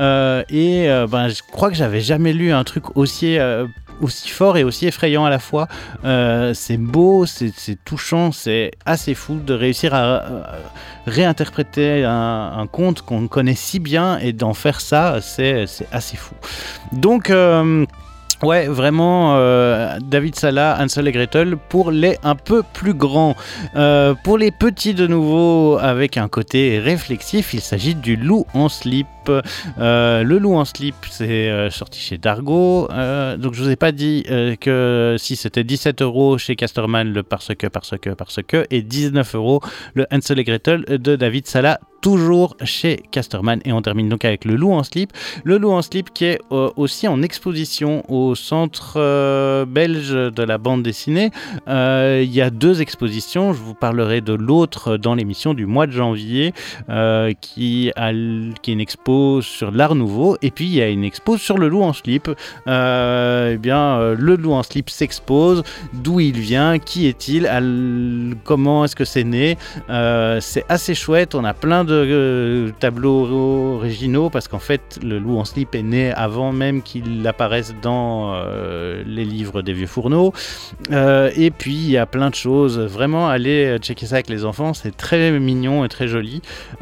je crois que j'avais jamais lu un truc aussi fort et aussi effrayant à la fois. C'est beau, c'est touchant, c'est assez fou de réussir à réinterpréter un conte qu'on connaît si bien et d'en faire ça, c'est assez fou. Donc ouais, vraiment, David Sala, Hansel et Gretel pour les un peu plus grands. Pour les petits de nouveau, avec un côté réflexif, il s'agit du Loup en slip. Le Loup en slip, c'est sorti chez Dargaud. Donc je vous ai pas dit que si c'était 17€ chez Casterman le parce que et 19€ le Hansel et Gretel de David Sala, toujours chez Casterman. Et on termine donc avec le Loup en slip. Le Loup en slip qui est aussi en exposition au centre belge de la bande dessinée. Il y a 2 expositions. Je vous parlerai de l'autre dans l'émission du mois de janvier qui est une expo sur l'art nouveau. Et puis il y a une expo sur le Loup en slip. Le Loup en slip s'expose. D'où il vient, qui est-il, comment est-ce que c'est né. C'est assez chouette. On a plein de tableaux originaux parce qu'en fait le Loup en slip est né avant même qu'il apparaisse dans les livres des vieux fourneaux et puis il y a plein de choses, vraiment allez checker ça avec les enfants, c'est très mignon et très joli.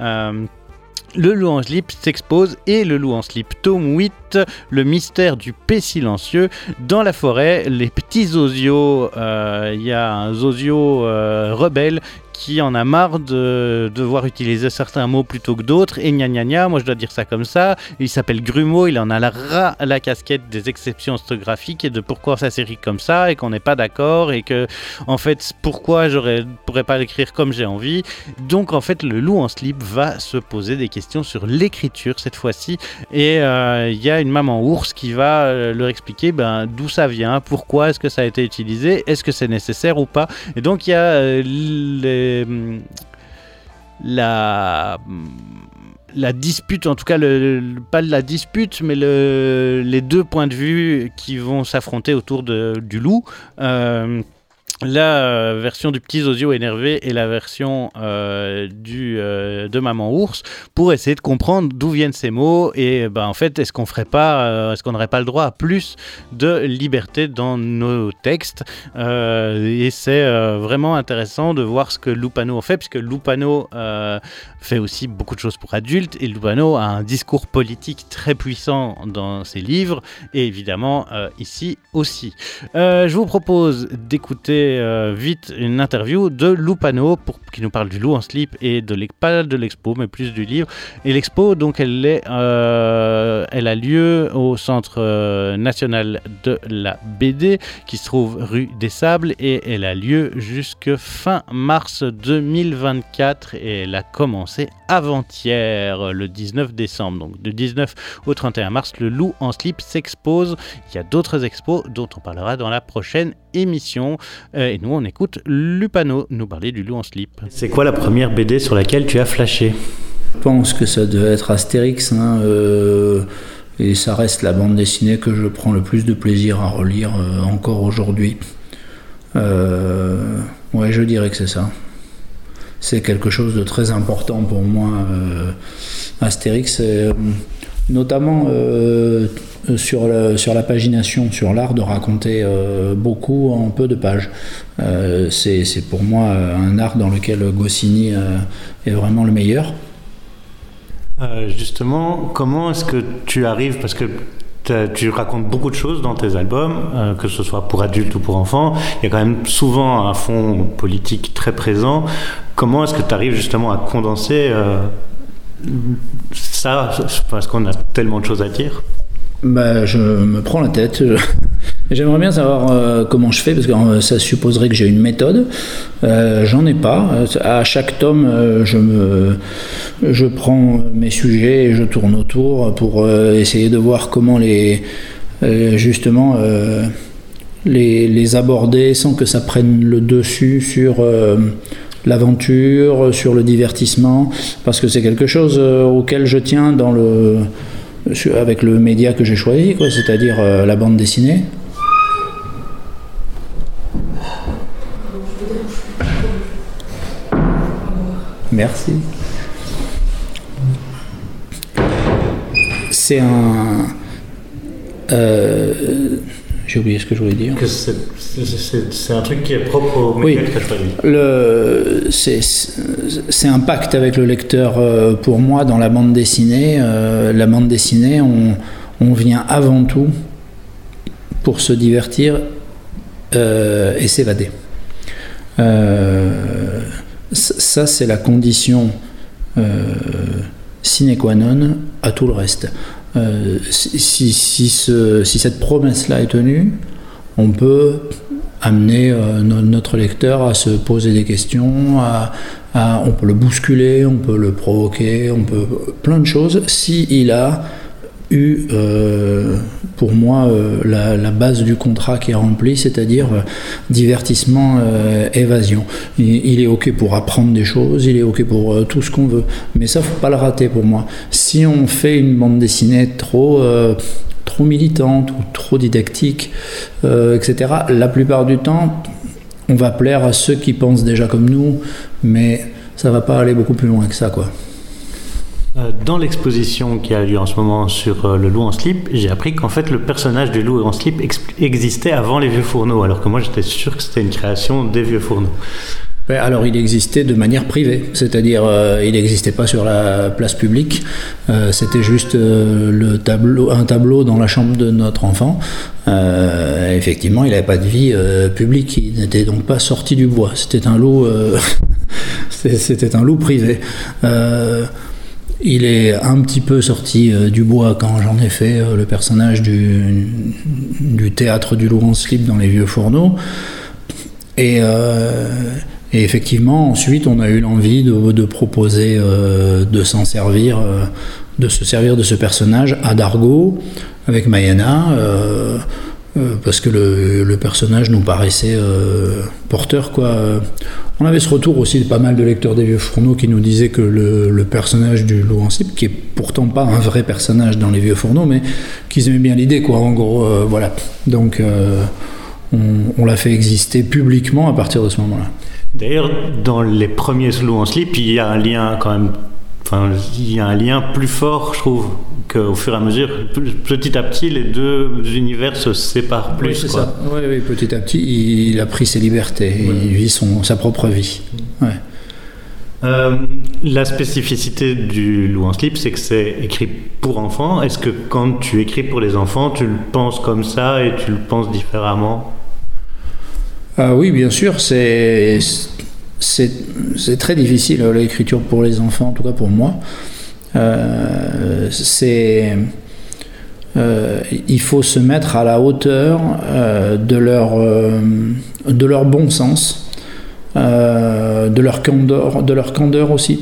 Le Loup en slip s'expose et le Loup en slip tome 8, le mystère du paix silencieux. Dans la forêt, les petits zosios, il y a un zosio rebelle qui en a marre de devoir utiliser certains mots plutôt que d'autres, et moi je dois dire ça comme ça. Il s'appelle Grumeau, il en a la casquette des exceptions orthographiques et de pourquoi ça s'écrit comme ça et qu'on n'est pas d'accord et que en fait pourquoi je pourrais pas l'écrire comme j'ai envie. Donc en fait le Loup en slip va se poser des questions sur l'écriture cette fois-ci et il y a une maman ours qui va leur expliquer d'où ça vient, pourquoi est-ce que ça a été utilisé, est-ce que c'est nécessaire ou pas. Et donc il y a la dispute, en tout cas pas la dispute, mais les 2 points de vue qui vont s'affronter autour du loup. la version du petit Zozio énervé et la version de Maman Ours pour essayer de comprendre d'où viennent ces mots et en fait est-ce qu'on n'aurait pas le droit à plus de liberté dans nos textes et c'est vraiment intéressant de voir ce que Lupano en fait, puisque Lupano fait aussi beaucoup de choses pour adultes et Lupano a un discours politique très puissant dans ses livres et évidemment ici aussi. Je vous propose d'écouter vite une interview de Lupano qui nous parle du loup en slip et pas de l'expo mais plus du livre. Et l'expo donc elle a lieu au Centre national de la BD qui se trouve rue des Sables et elle a lieu jusque fin mars 2024 et elle a commencé avant-hier le 19 décembre. Donc du 19 au 31 mars le loup en slip s'expose. Il y a d'autres expos dont on parlera dans la prochaine émission. Et nous, on écoute Lupano nous parler du loup en slip. C'est quoi la première BD sur laquelle tu as flashé ? Je pense que ça devait être Astérix, et ça reste la bande dessinée que je prends le plus de plaisir à relire encore aujourd'hui. Ouais, je dirais que c'est ça. C'est quelque chose de très important pour moi, Astérix, notamment sur la pagination, sur l'art de raconter beaucoup en peu de pages. C'est pour moi un art dans lequel Goscinny est vraiment le meilleur. Justement, comment est-ce que tu arrives, parce que tu racontes beaucoup de choses dans tes albums, que ce soit pour adultes ou pour enfants, il y a quand même souvent un fond politique très présent. Comment est-ce que tu arrives justement à condenser ça, parce qu'on a tellement de choses à dire? Je me prends la tête. J'aimerais bien savoir comment je fais, parce que ça supposerait que j'ai une méthode. J'en ai pas. À chaque tome, je prends mes sujets et je tourne autour pour essayer de voir comment les aborder sans que ça prenne le dessus sur l'aventure, sur le divertissement, parce que c'est quelque chose auquel je tiens avec le média que j'ai choisi, c'est-à-dire la bande dessinée. Merci. C'est un... j'ai oublié ce que je voulais dire. Que c'est un truc qui est propre au média que tu as choisi. C'est un pacte avec le lecteur pour moi dans la bande dessinée. La bande dessinée, on vient avant tout pour se divertir et s'évader. Ça, c'est la condition sine qua non à tout le reste. Si cette promesse-là est tenue, on peut amener notre lecteur à se poser des questions, on peut le bousculer, on peut le provoquer, on peut plein de choses s'il a eu pour moi la base du contrat qui est remplie, c'est-à-dire divertissement, évasion. Il est ok pour apprendre des choses, il est ok pour tout ce qu'on veut, mais ça faut pas le rater pour moi. Si on fait une bande dessinée trop militante ou trop didactique, etc., la plupart du temps on va plaire à ceux qui pensent déjà comme nous, mais ça va pas aller beaucoup plus loin que ça, quoi. Dans l'exposition qui a lieu en ce moment sur le loup en slip, j'ai appris qu'en fait le personnage du loup en slip existait avant les Vieux Fourneaux, alors que moi j'étais sûr que c'était une création des Vieux Fourneaux. Alors il existait de manière privée, c'est-à-dire il n'existait pas sur la place publique, c'était juste un tableau dans la chambre de notre enfant. Effectivement, il n'avait pas de vie publique, il n'était donc pas sorti du bois, c'était un loup, c'était un loup privé. Il est un petit peu sorti du bois quand j'en ai fait le personnage du théâtre du loup en slip dans les Vieux Fourneaux. Et effectivement, ensuite, on a eu l'envie de proposer de s'en servir, de se servir de ce personnage à Dargaud, avec Mayana, parce que le personnage nous paraissait porteur, quoi. On avait ce retour aussi de pas mal de lecteurs des Vieux Fourneaux qui nous disaient que le personnage du loup en slip, qui est pourtant pas un vrai personnage dans les Vieux Fourneaux, mais qu'ils aimaient bien l'idée, quoi, en gros, voilà. Donc on l'a fait exister publiquement à partir de ce moment-là. D'ailleurs, dans les premiers loups en slip, il y a un lien quand même. Enfin, il y a un lien plus fort, je trouve, qu'au fur et à mesure, petit à petit, les deux univers se séparent plus. Oui, c'est quoi. ça. Oui, petit à petit, il a pris ses libertés. Ouais. Il vit sa propre vie. Ouais. La spécificité du loup en slip, c'est que c'est écrit pour enfants. Est-ce que quand tu écris pour les enfants, tu le penses comme ça et tu le penses différemment ? Oui, bien sûr. C'est très difficile l'écriture pour les enfants, en tout cas pour moi. Il faut se mettre à la hauteur de leur bon sens, de leur candeur aussi.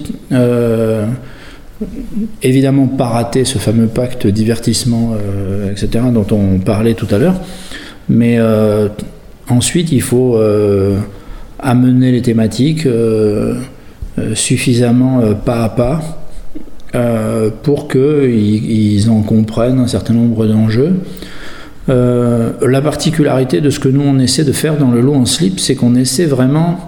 Évidemment, pas rater ce fameux pacte divertissement, etc., dont on parlait tout à l'heure. Mais ensuite, il faut amener les thématiques suffisamment pas à pas pour qu'ils en comprennent un certain nombre d'enjeux. La particularité de ce que nous on essaie de faire dans le loup en slip, c'est qu'on essaie vraiment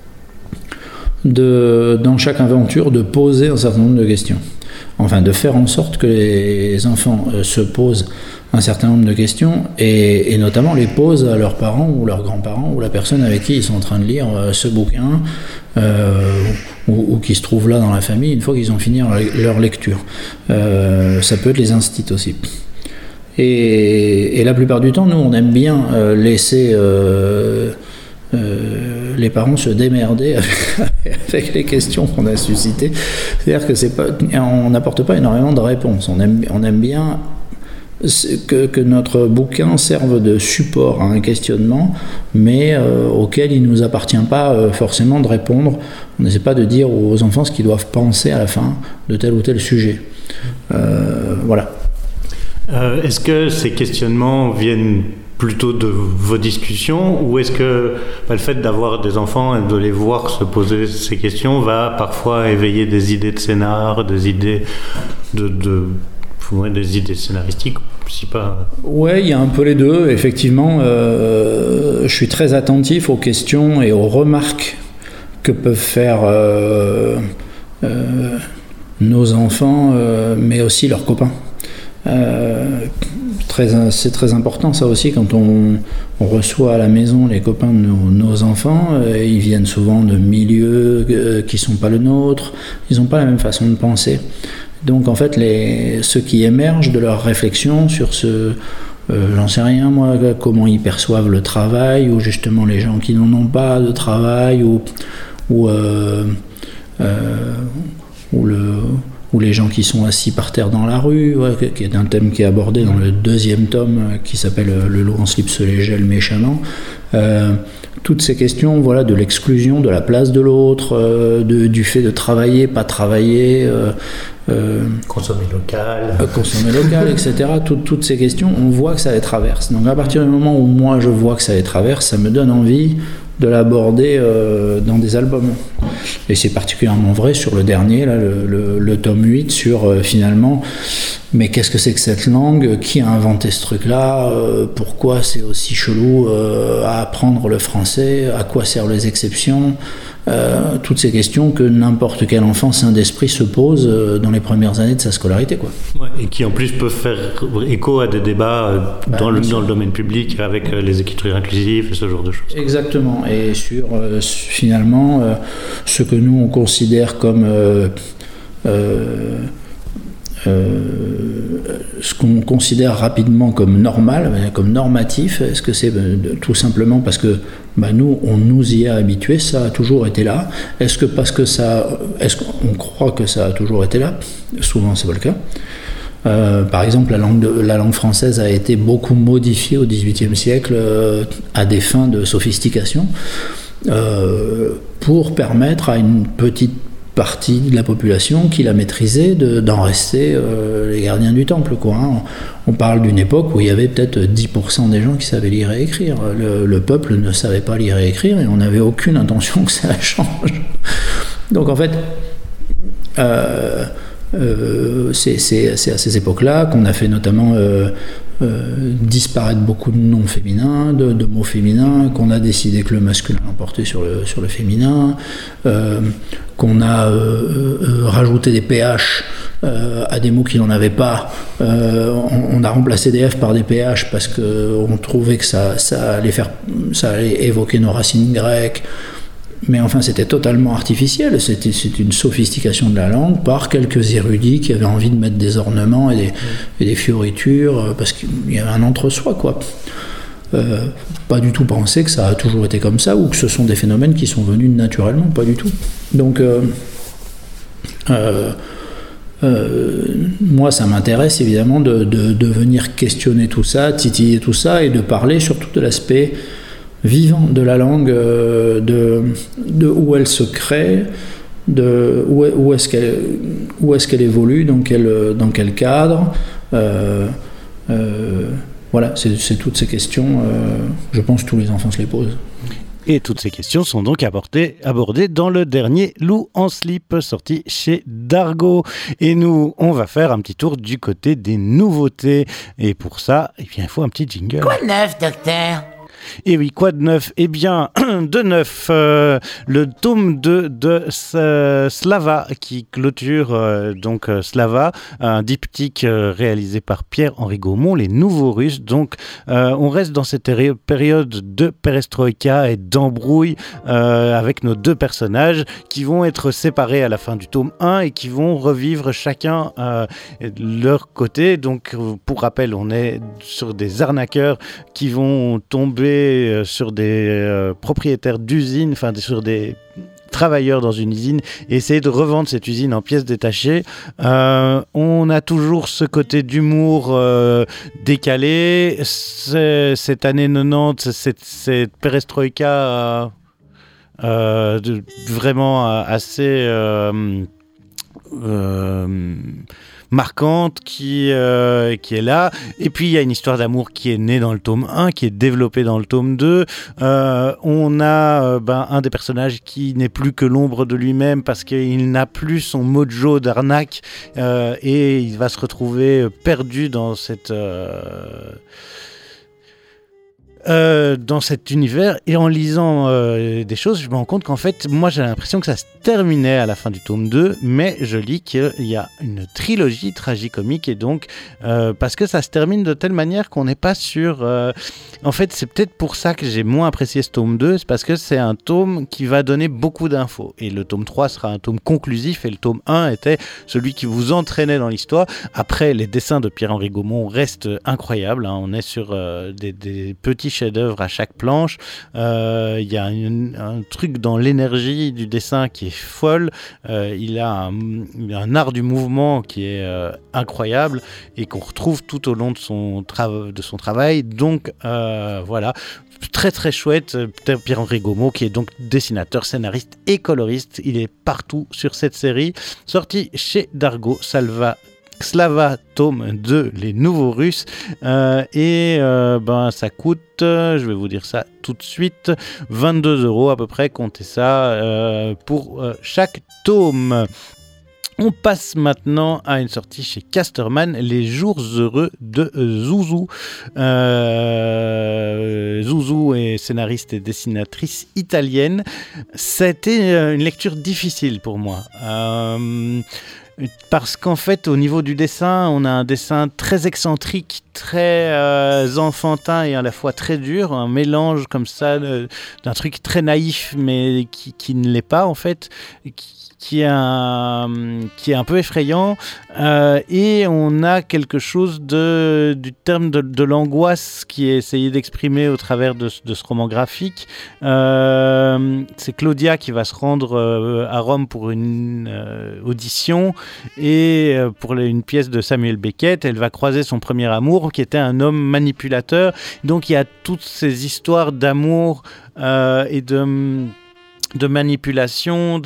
dans chaque aventure de poser un certain nombre de questions. Enfin, de faire en sorte que les enfants se posent un certain nombre de questions et notamment les posent à leurs parents ou leurs grands-parents ou la personne avec qui ils sont en train de lire ce bouquin ou qui se trouve là dans la famille une fois qu'ils ont fini leur lecture. Ça peut être les instits aussi. Et la plupart du temps, nous, on aime bien laisser les parents se démerder avec les questions qu'on a suscitées. C'est-à-dire que on n'apporte pas énormément de réponses. On aime bien que notre bouquin serve de support à un questionnement, mais auquel il ne nous appartient pas forcément de répondre. On n'essaie pas de dire aux enfants ce qu'ils doivent penser à la fin de tel ou tel sujet. Voilà. Est-ce que ces questionnements viennent plutôt de vos discussions ou est-ce que le fait d'avoir des enfants et de les voir se poser ces questions va parfois éveiller des idées de scénar, des idées des idées scénaristiques, si pas... Ouais, il y a un peu les deux. Effectivement, je suis très attentif aux questions et aux remarques que peuvent faire nos enfants, mais aussi leurs copains. C'est très important ça aussi quand on reçoit à la maison les copains de nos enfants. Ils viennent souvent de milieux qui ne sont pas le nôtre, ils n'ont pas la même façon de penser. Donc en fait ceux qui émergent de leur réflexion sur j'en sais rien moi, comment ils perçoivent le travail, ou justement les gens qui n'en ont pas de travail, ou les gens qui sont assis par terre dans la rue, qui est un thème qui est abordé dans le 2e tome qui s'appelle Le loup en slip se les gèle méchamment. Toutes ces questions de l'exclusion, de la place de l'autre, du fait de travailler, pas travailler, consommer local, etc. Toutes ces questions, on voit que ça les traverse. Donc à partir du moment où moi je vois que ça les traverse, ça me donne envie de l'aborder dans des albums. Et c'est particulièrement vrai sur le dernier, là, le tome 8, sur finalement, mais qu'est-ce que c'est que cette langue ? Qui a inventé ce truc-là ? Pourquoi c'est aussi chelou à apprendre le français ? À quoi servent les exceptions ? Toutes ces questions que n'importe quel enfant sain d'esprit se pose dans les premières années de sa scolarité, quoi. Ouais, et qui en plus peuvent faire écho à des débats dans le domaine public avec les écritures inclusives et ce genre de choses. Exactement, et sur finalement ce que nous on considère comme ce qu'on considère rapidement comme normal, comme normatif. Est-ce que c'est tout simplement parce que nous, on nous y a habitués, ça a toujours été là? Est-ce qu'on croit que ça a toujours été là? Souvent, c'est pas le cas. Par exemple, la langue française a été beaucoup modifiée au XVIIIe siècle à des fins de sophistication pour permettre à une petite partie de la population qui la maîtrisait d'en rester les gardiens du temple, quoi, hein. On parle d'une époque où il y avait peut-être 10% des gens qui savaient lire et écrire. Le peuple ne savait pas lire et écrire et on n'avait aucune intention que ça change. Donc en fait, c'est à ces époques-là qu'on a fait notamment disparaître beaucoup de noms féminins, de mots féminins, qu'on a décidé que le masculin l'emportait sur le féminin, qu'on a rajouté des PH à des mots qui n'en avaient pas. On a remplacé des F par des PH parce qu'on trouvait que ça allait évoquer nos racines grecques. Mais enfin, c'était totalement artificiel. C'est une sophistication de la langue par quelques érudits qui avaient envie de mettre des ornements et des fioritures parce qu'il y avait un entre-soi, quoi. Pas du tout penser que ça a toujours été comme ça ou que ce sont des phénomènes qui sont venus naturellement, pas du tout. Donc, moi, ça m'intéresse évidemment de venir questionner tout ça, titiller tout ça et de parler surtout de l'aspect vivant de la langue, de où elle se crée, de où est-ce qu'elle évolue, dans quel cadre. Voilà, c'est toutes ces questions, je pense que tous les enfants se les posent. Et toutes ces questions sont donc abordées dans le dernier Loup en slip, sorti chez Dargaud. Et nous, on va faire un petit tour du côté des nouveautés. Et pour ça, eh bien, il faut un petit jingle. Quoi de neuf, docteur ? Et oui, quoi de neuf ? Eh bien, de neuf, le tome 2 de Slava qui clôture donc Slava, un diptyque réalisé par Pierre-Henri Gaumont, Les Nouveaux Russes. Donc, on reste dans cette période de perestroïka et d'embrouille avec nos deux personnages qui vont être séparés à la fin du tome 1 et qui vont revivre chacun leur côté. Donc, pour rappel, on est sur des arnaqueurs qui vont tomber sur des propriétaires d'usines, enfin sur des travailleurs dans une usine et essayer de revendre cette usine en pièces détachées. On a toujours ce côté d'humour décalé. Cette année 90, cette perestroïka vraiment assez marquante qui est là. Et puis il y a une histoire d'amour qui est née dans le tome 1, qui est développée dans le tome 2. On a un des personnages qui n'est plus que l'ombre de lui-même parce qu'il n'a plus son mojo d'arnaque et il va se retrouver perdu dans cet univers. Et en lisant des choses, je me rends compte qu'en fait, moi j'ai l'impression que ça se terminait à la fin du tome 2, mais je lis qu'il y a une trilogie tragicomique et donc parce que ça se termine de telle manière qu'on n'est pas sûr. En fait, c'est peut-être pour ça que j'ai moins apprécié ce tome 2, c'est parce que c'est un tome qui va donner beaucoup d'infos. Et le tome 3 sera un tome conclusif et le tome 1 était celui qui vous entraînait dans l'histoire. Après, les dessins de Pierre-Henri Gaumont restent incroyables, hein. On est sur des petits chefs-d'œuvre à chaque planche. Il y a un truc dans l'énergie du dessin qui est folle. Il a un art du mouvement qui est incroyable et qu'on retrouve tout au long de son travail. Donc voilà, très très chouette. Pierre-Henri Gaumont qui est donc dessinateur, scénariste et coloriste. Il est partout sur cette série. Sorti chez Dargaud, Slava tome 2, Les Nouveaux Russes, et ça coûte, je vais vous dire ça tout de suite, 22 € à peu près, comptez ça pour chaque tome. On passe maintenant à une sortie chez Casterman, Les Jours Heureux de Zouzou. Zouzou est scénariste et dessinatrice italienne. C'était une lecture difficile pour moi. Parce qu'en fait, au niveau du dessin, on a un dessin très excentrique, très enfantin et à la fois très dur, un mélange comme ça d'un truc très naïf mais qui ne l'est pas en fait, qui est un peu effrayant, et on a quelque chose du terme de l'angoisse qui est essayé d'exprimer au travers de ce roman graphique. C'est Claudia qui va se rendre à Rome pour une audition et pour une pièce de Samuel Beckett. Elle va croiser son premier amour qui était un homme manipulateur. Donc il y a toutes ces histoires d'amour et de manipulation,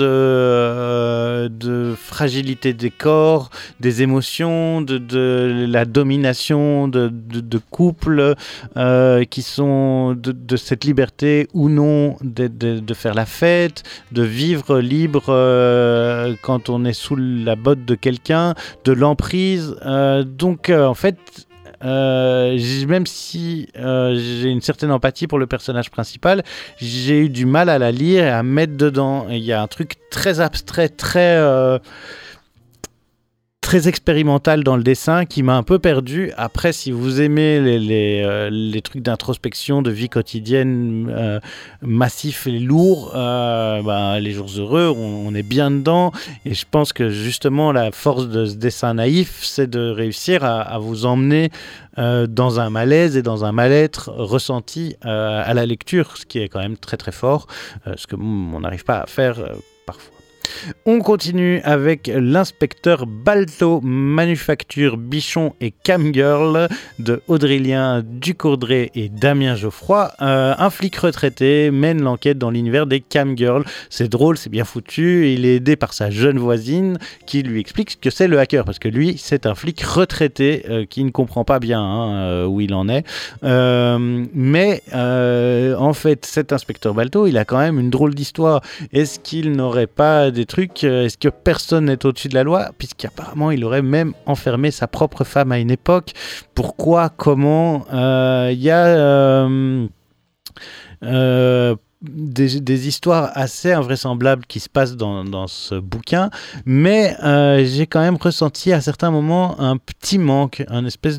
de fragilité des corps, des émotions, de la domination de couples qui sont de cette liberté ou non de faire la fête, de vivre libre quand on est sous la botte de quelqu'un, de l'emprise. Donc en fait, même si j'ai une certaine empathie pour le personnage principal, j'ai eu du mal à la lire et à mettre dedans. Il y a un truc très abstrait, très expérimental dans le dessin qui m'a un peu perdu. Après, si vous aimez les trucs d'introspection, de vie quotidienne massifs et lourds, Les Jours Heureux, on est bien dedans. Et je pense que justement, la force de ce dessin naïf, c'est de réussir à vous emmener dans un malaise et dans un mal-être ressenti à la lecture, ce qui est quand même très très fort, ce que on n'arrive pas à faire parfois. On continue avec l'inspecteur Balto, Manufacture Bichon et Camgirl de Audrélien Ducourdray et Damien Geoffroy. Un flic retraité mène l'enquête dans l'univers des Camgirls. C'est drôle, c'est bien foutu. Il est aidé par sa jeune voisine qui lui explique que c'est le hacker, parce que lui, c'est un flic retraité qui ne comprend pas bien où il en est. Mais en fait, cet inspecteur Balto, il a quand même une drôle d'histoire. Est-ce qu'il n'aurait pas des trucs, est-ce que personne n'est au-dessus de la loi, puisqu'apparemment il aurait même enfermé sa propre femme à une époque. Pourquoi, comment, il y a des histoires assez invraisemblables qui se passent dans ce bouquin, mais j'ai quand même ressenti à certains moments un petit manque, une espèce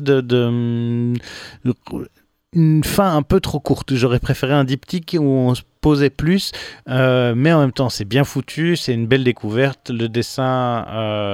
une fin un peu trop courte. J'aurais préféré un diptyque où on se posait plus, mais en même temps c'est bien foutu, c'est une belle découverte. Le dessin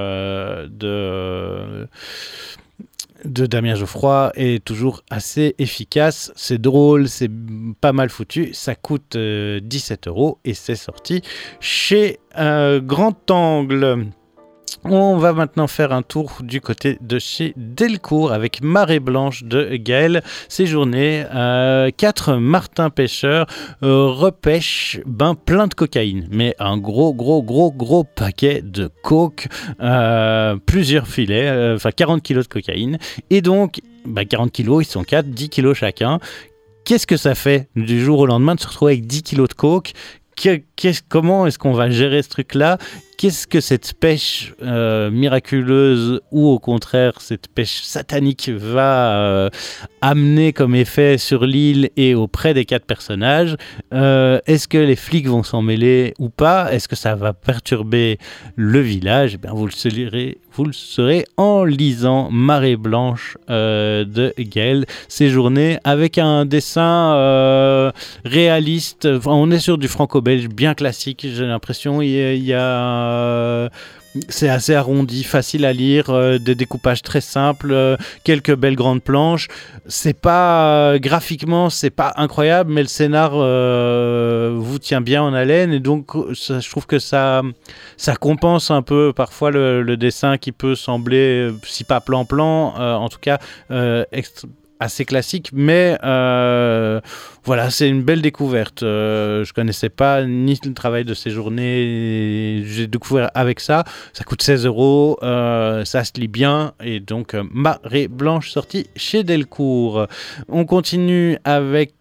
de Damien Geoffroy est toujours assez efficace, c'est drôle, c'est pas mal foutu, ça coûte 17 € et c'est sorti chez Grand Angle. On va maintenant faire un tour du côté de chez Delcourt avec Marée Blanche de Gaël Séjourné. 4 martins pêcheurs repêchent plein de cocaïne, mais un gros paquet de coke, plusieurs filets, 40 kilos de cocaïne. Et donc, 40 kilos, ils sont 4, 10 kilos chacun. Qu'est-ce que ça fait du jour au lendemain de se retrouver avec 10 kilos de coke ? Comment est-ce qu'on va gérer ce truc-là ? Qu'est-ce que cette pêche miraculeuse ou au contraire cette pêche satanique va amener comme effet sur l'île et auprès des 4 personnages ? Est-ce que les flics vont s'en mêler ou pas ? Est-ce que ça va perturber le village ? Vous le saurez en lisant Marée Blanche de Gaël Séjourné, avec un dessin réaliste. On est sur du franco-belge bien classique, j'ai l'impression. Il y a c'est assez arrondi, facile à lire, des découpages très simples, quelques belles grandes planches. C'est pas graphiquement, c'est pas incroyable, mais le scénar vous tient bien en haleine, et donc je trouve que ça compense un peu parfois le dessin qui peut sembler, si pas plan-plan, en tout cas assez classique, mais voilà, c'est une belle découverte. Je connaissais pas ni le travail de Séjourné, j'ai découvert avec ça. Ça coûte 16 €, ça se lit bien, et donc Marée Blanche sortie chez Delcourt. On continue avec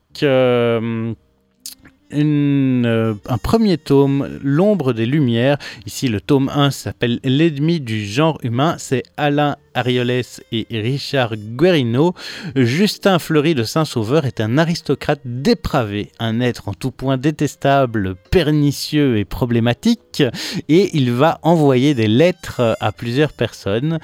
un premier tome, L'ombre des lumières. Ici, le tome 1 s'appelle L'ennemi du genre humain. C'est Alain Arioles et Richard Guerino. Justin Fleury de Saint-Sauveur est un aristocrate dépravé, un être en tout point détestable, pernicieux et problématique, et il va envoyer des lettres à plusieurs personnes,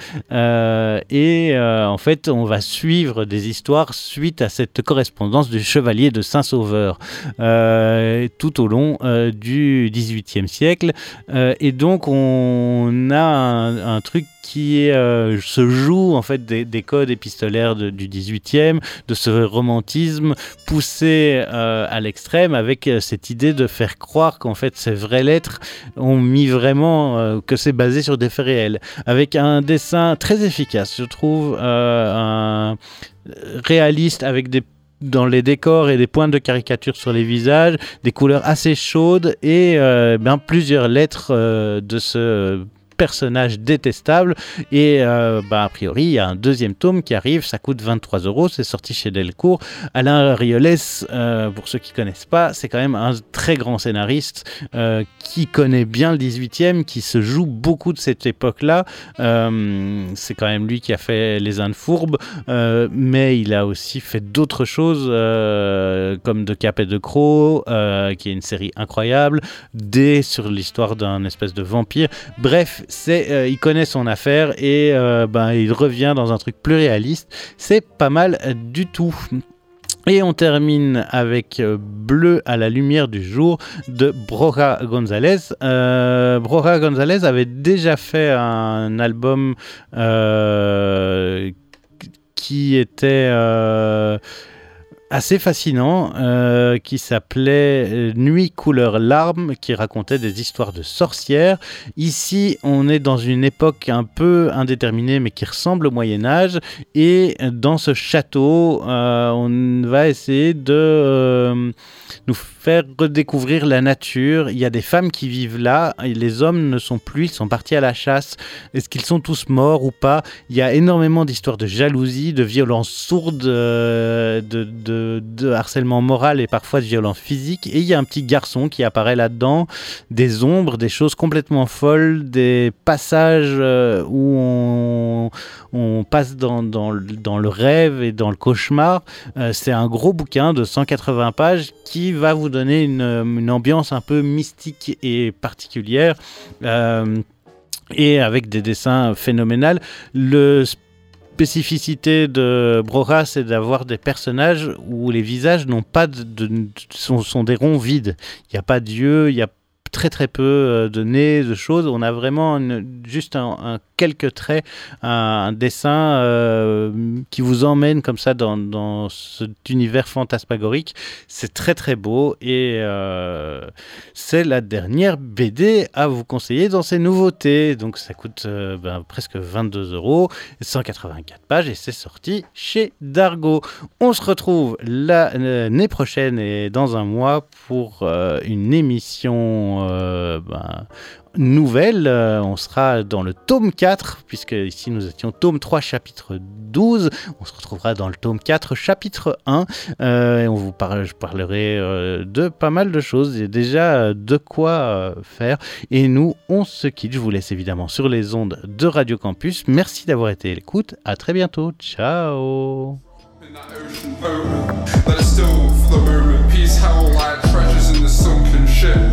en fait on va suivre des histoires suite à cette correspondance du chevalier de Saint-Sauveur tout au long du XVIIIe siècle, et donc on a un truc qui se joue en fait des codes épistolaires du 18e, de ce romantisme poussé à l'extrême, avec cette idée de faire croire qu'en fait ces vraies lettres ont mis vraiment que c'est basé sur des faits réels, avec un dessin très efficace, je trouve, réaliste, avec des dans les décors et des pointes de caricature sur les visages, des couleurs assez chaudes et plusieurs lettres de ce personnage détestable et a priori il y a un deuxième tome qui arrive, ça coûte 23 €, c'est sorti chez Delcourt. Alain Riolès, pour ceux qui connaissent pas, c'est quand même un très grand scénariste qui connaît bien le 18e, qui se joue beaucoup de cette époque-là. C'est quand même lui qui a fait Les Indes Fourbes, mais il a aussi fait d'autres choses comme De Cap et de Croc, qui est une série incroyable, D sur l'histoire d'un espèce de vampire. Bref, il connaît son affaire et il revient dans un truc plus réaliste. C'est pas mal du tout. Et on termine avec Bleu à la lumière du jour de Borja González. Borja González avait déjà fait un album qui était assez fascinant, qui s'appelait Nuit couleur larmes, qui racontait des histoires de sorcières. Ici, on est dans une époque un peu indéterminée, mais qui ressemble au Moyen-Âge. Et dans ce château, on va essayer de nous faire redécouvrir la nature. Il y a des femmes qui vivent là, et les hommes ne sont plus, ils sont partis à la chasse. Est-ce qu'ils sont tous morts ou pas ? Il y a énormément d'histoires de jalousie, de violences sourdes, de harcèlement moral et parfois de violence physique. Et il y a un petit garçon qui apparaît là-dedans, des ombres, des choses complètement folles, des passages où on passe dans le rêve et dans le cauchemar. C'est un gros bouquin de 180 pages qui va vous donner une ambiance un peu mystique et particulière, et avec des dessins phénoménals. La spécificité de Borja, c'est d'avoir des personnages où les visages n'ont pas sont des ronds vides. Il n'y a pas d'yeux, il y a très très peu de nez, de choses. On a vraiment juste quelques traits, un dessin qui vous emmène comme ça dans cet univers fantasmagorique. C'est très très beau et c'est la dernière BD à vous conseiller dans ces nouveautés. Donc ça coûte presque 22 €, 184 pages et c'est sorti chez Dargaud. On se retrouve l'année prochaine et dans un mois pour une émission nouvelle. On sera dans le tome 4, puisque ici nous étions tome 3, chapitre 12. On se retrouvera dans le tome 4, chapitre 1. Et je parlerai de pas mal de choses. Il y a déjà de quoi faire. Et nous, on se quitte. Je vous laisse évidemment sur les ondes de Radio Campus. Merci d'avoir été à l'écoute. À très bientôt. Ciao. But it's still for the moment. Peace, hell, like treasures in the sunken ship.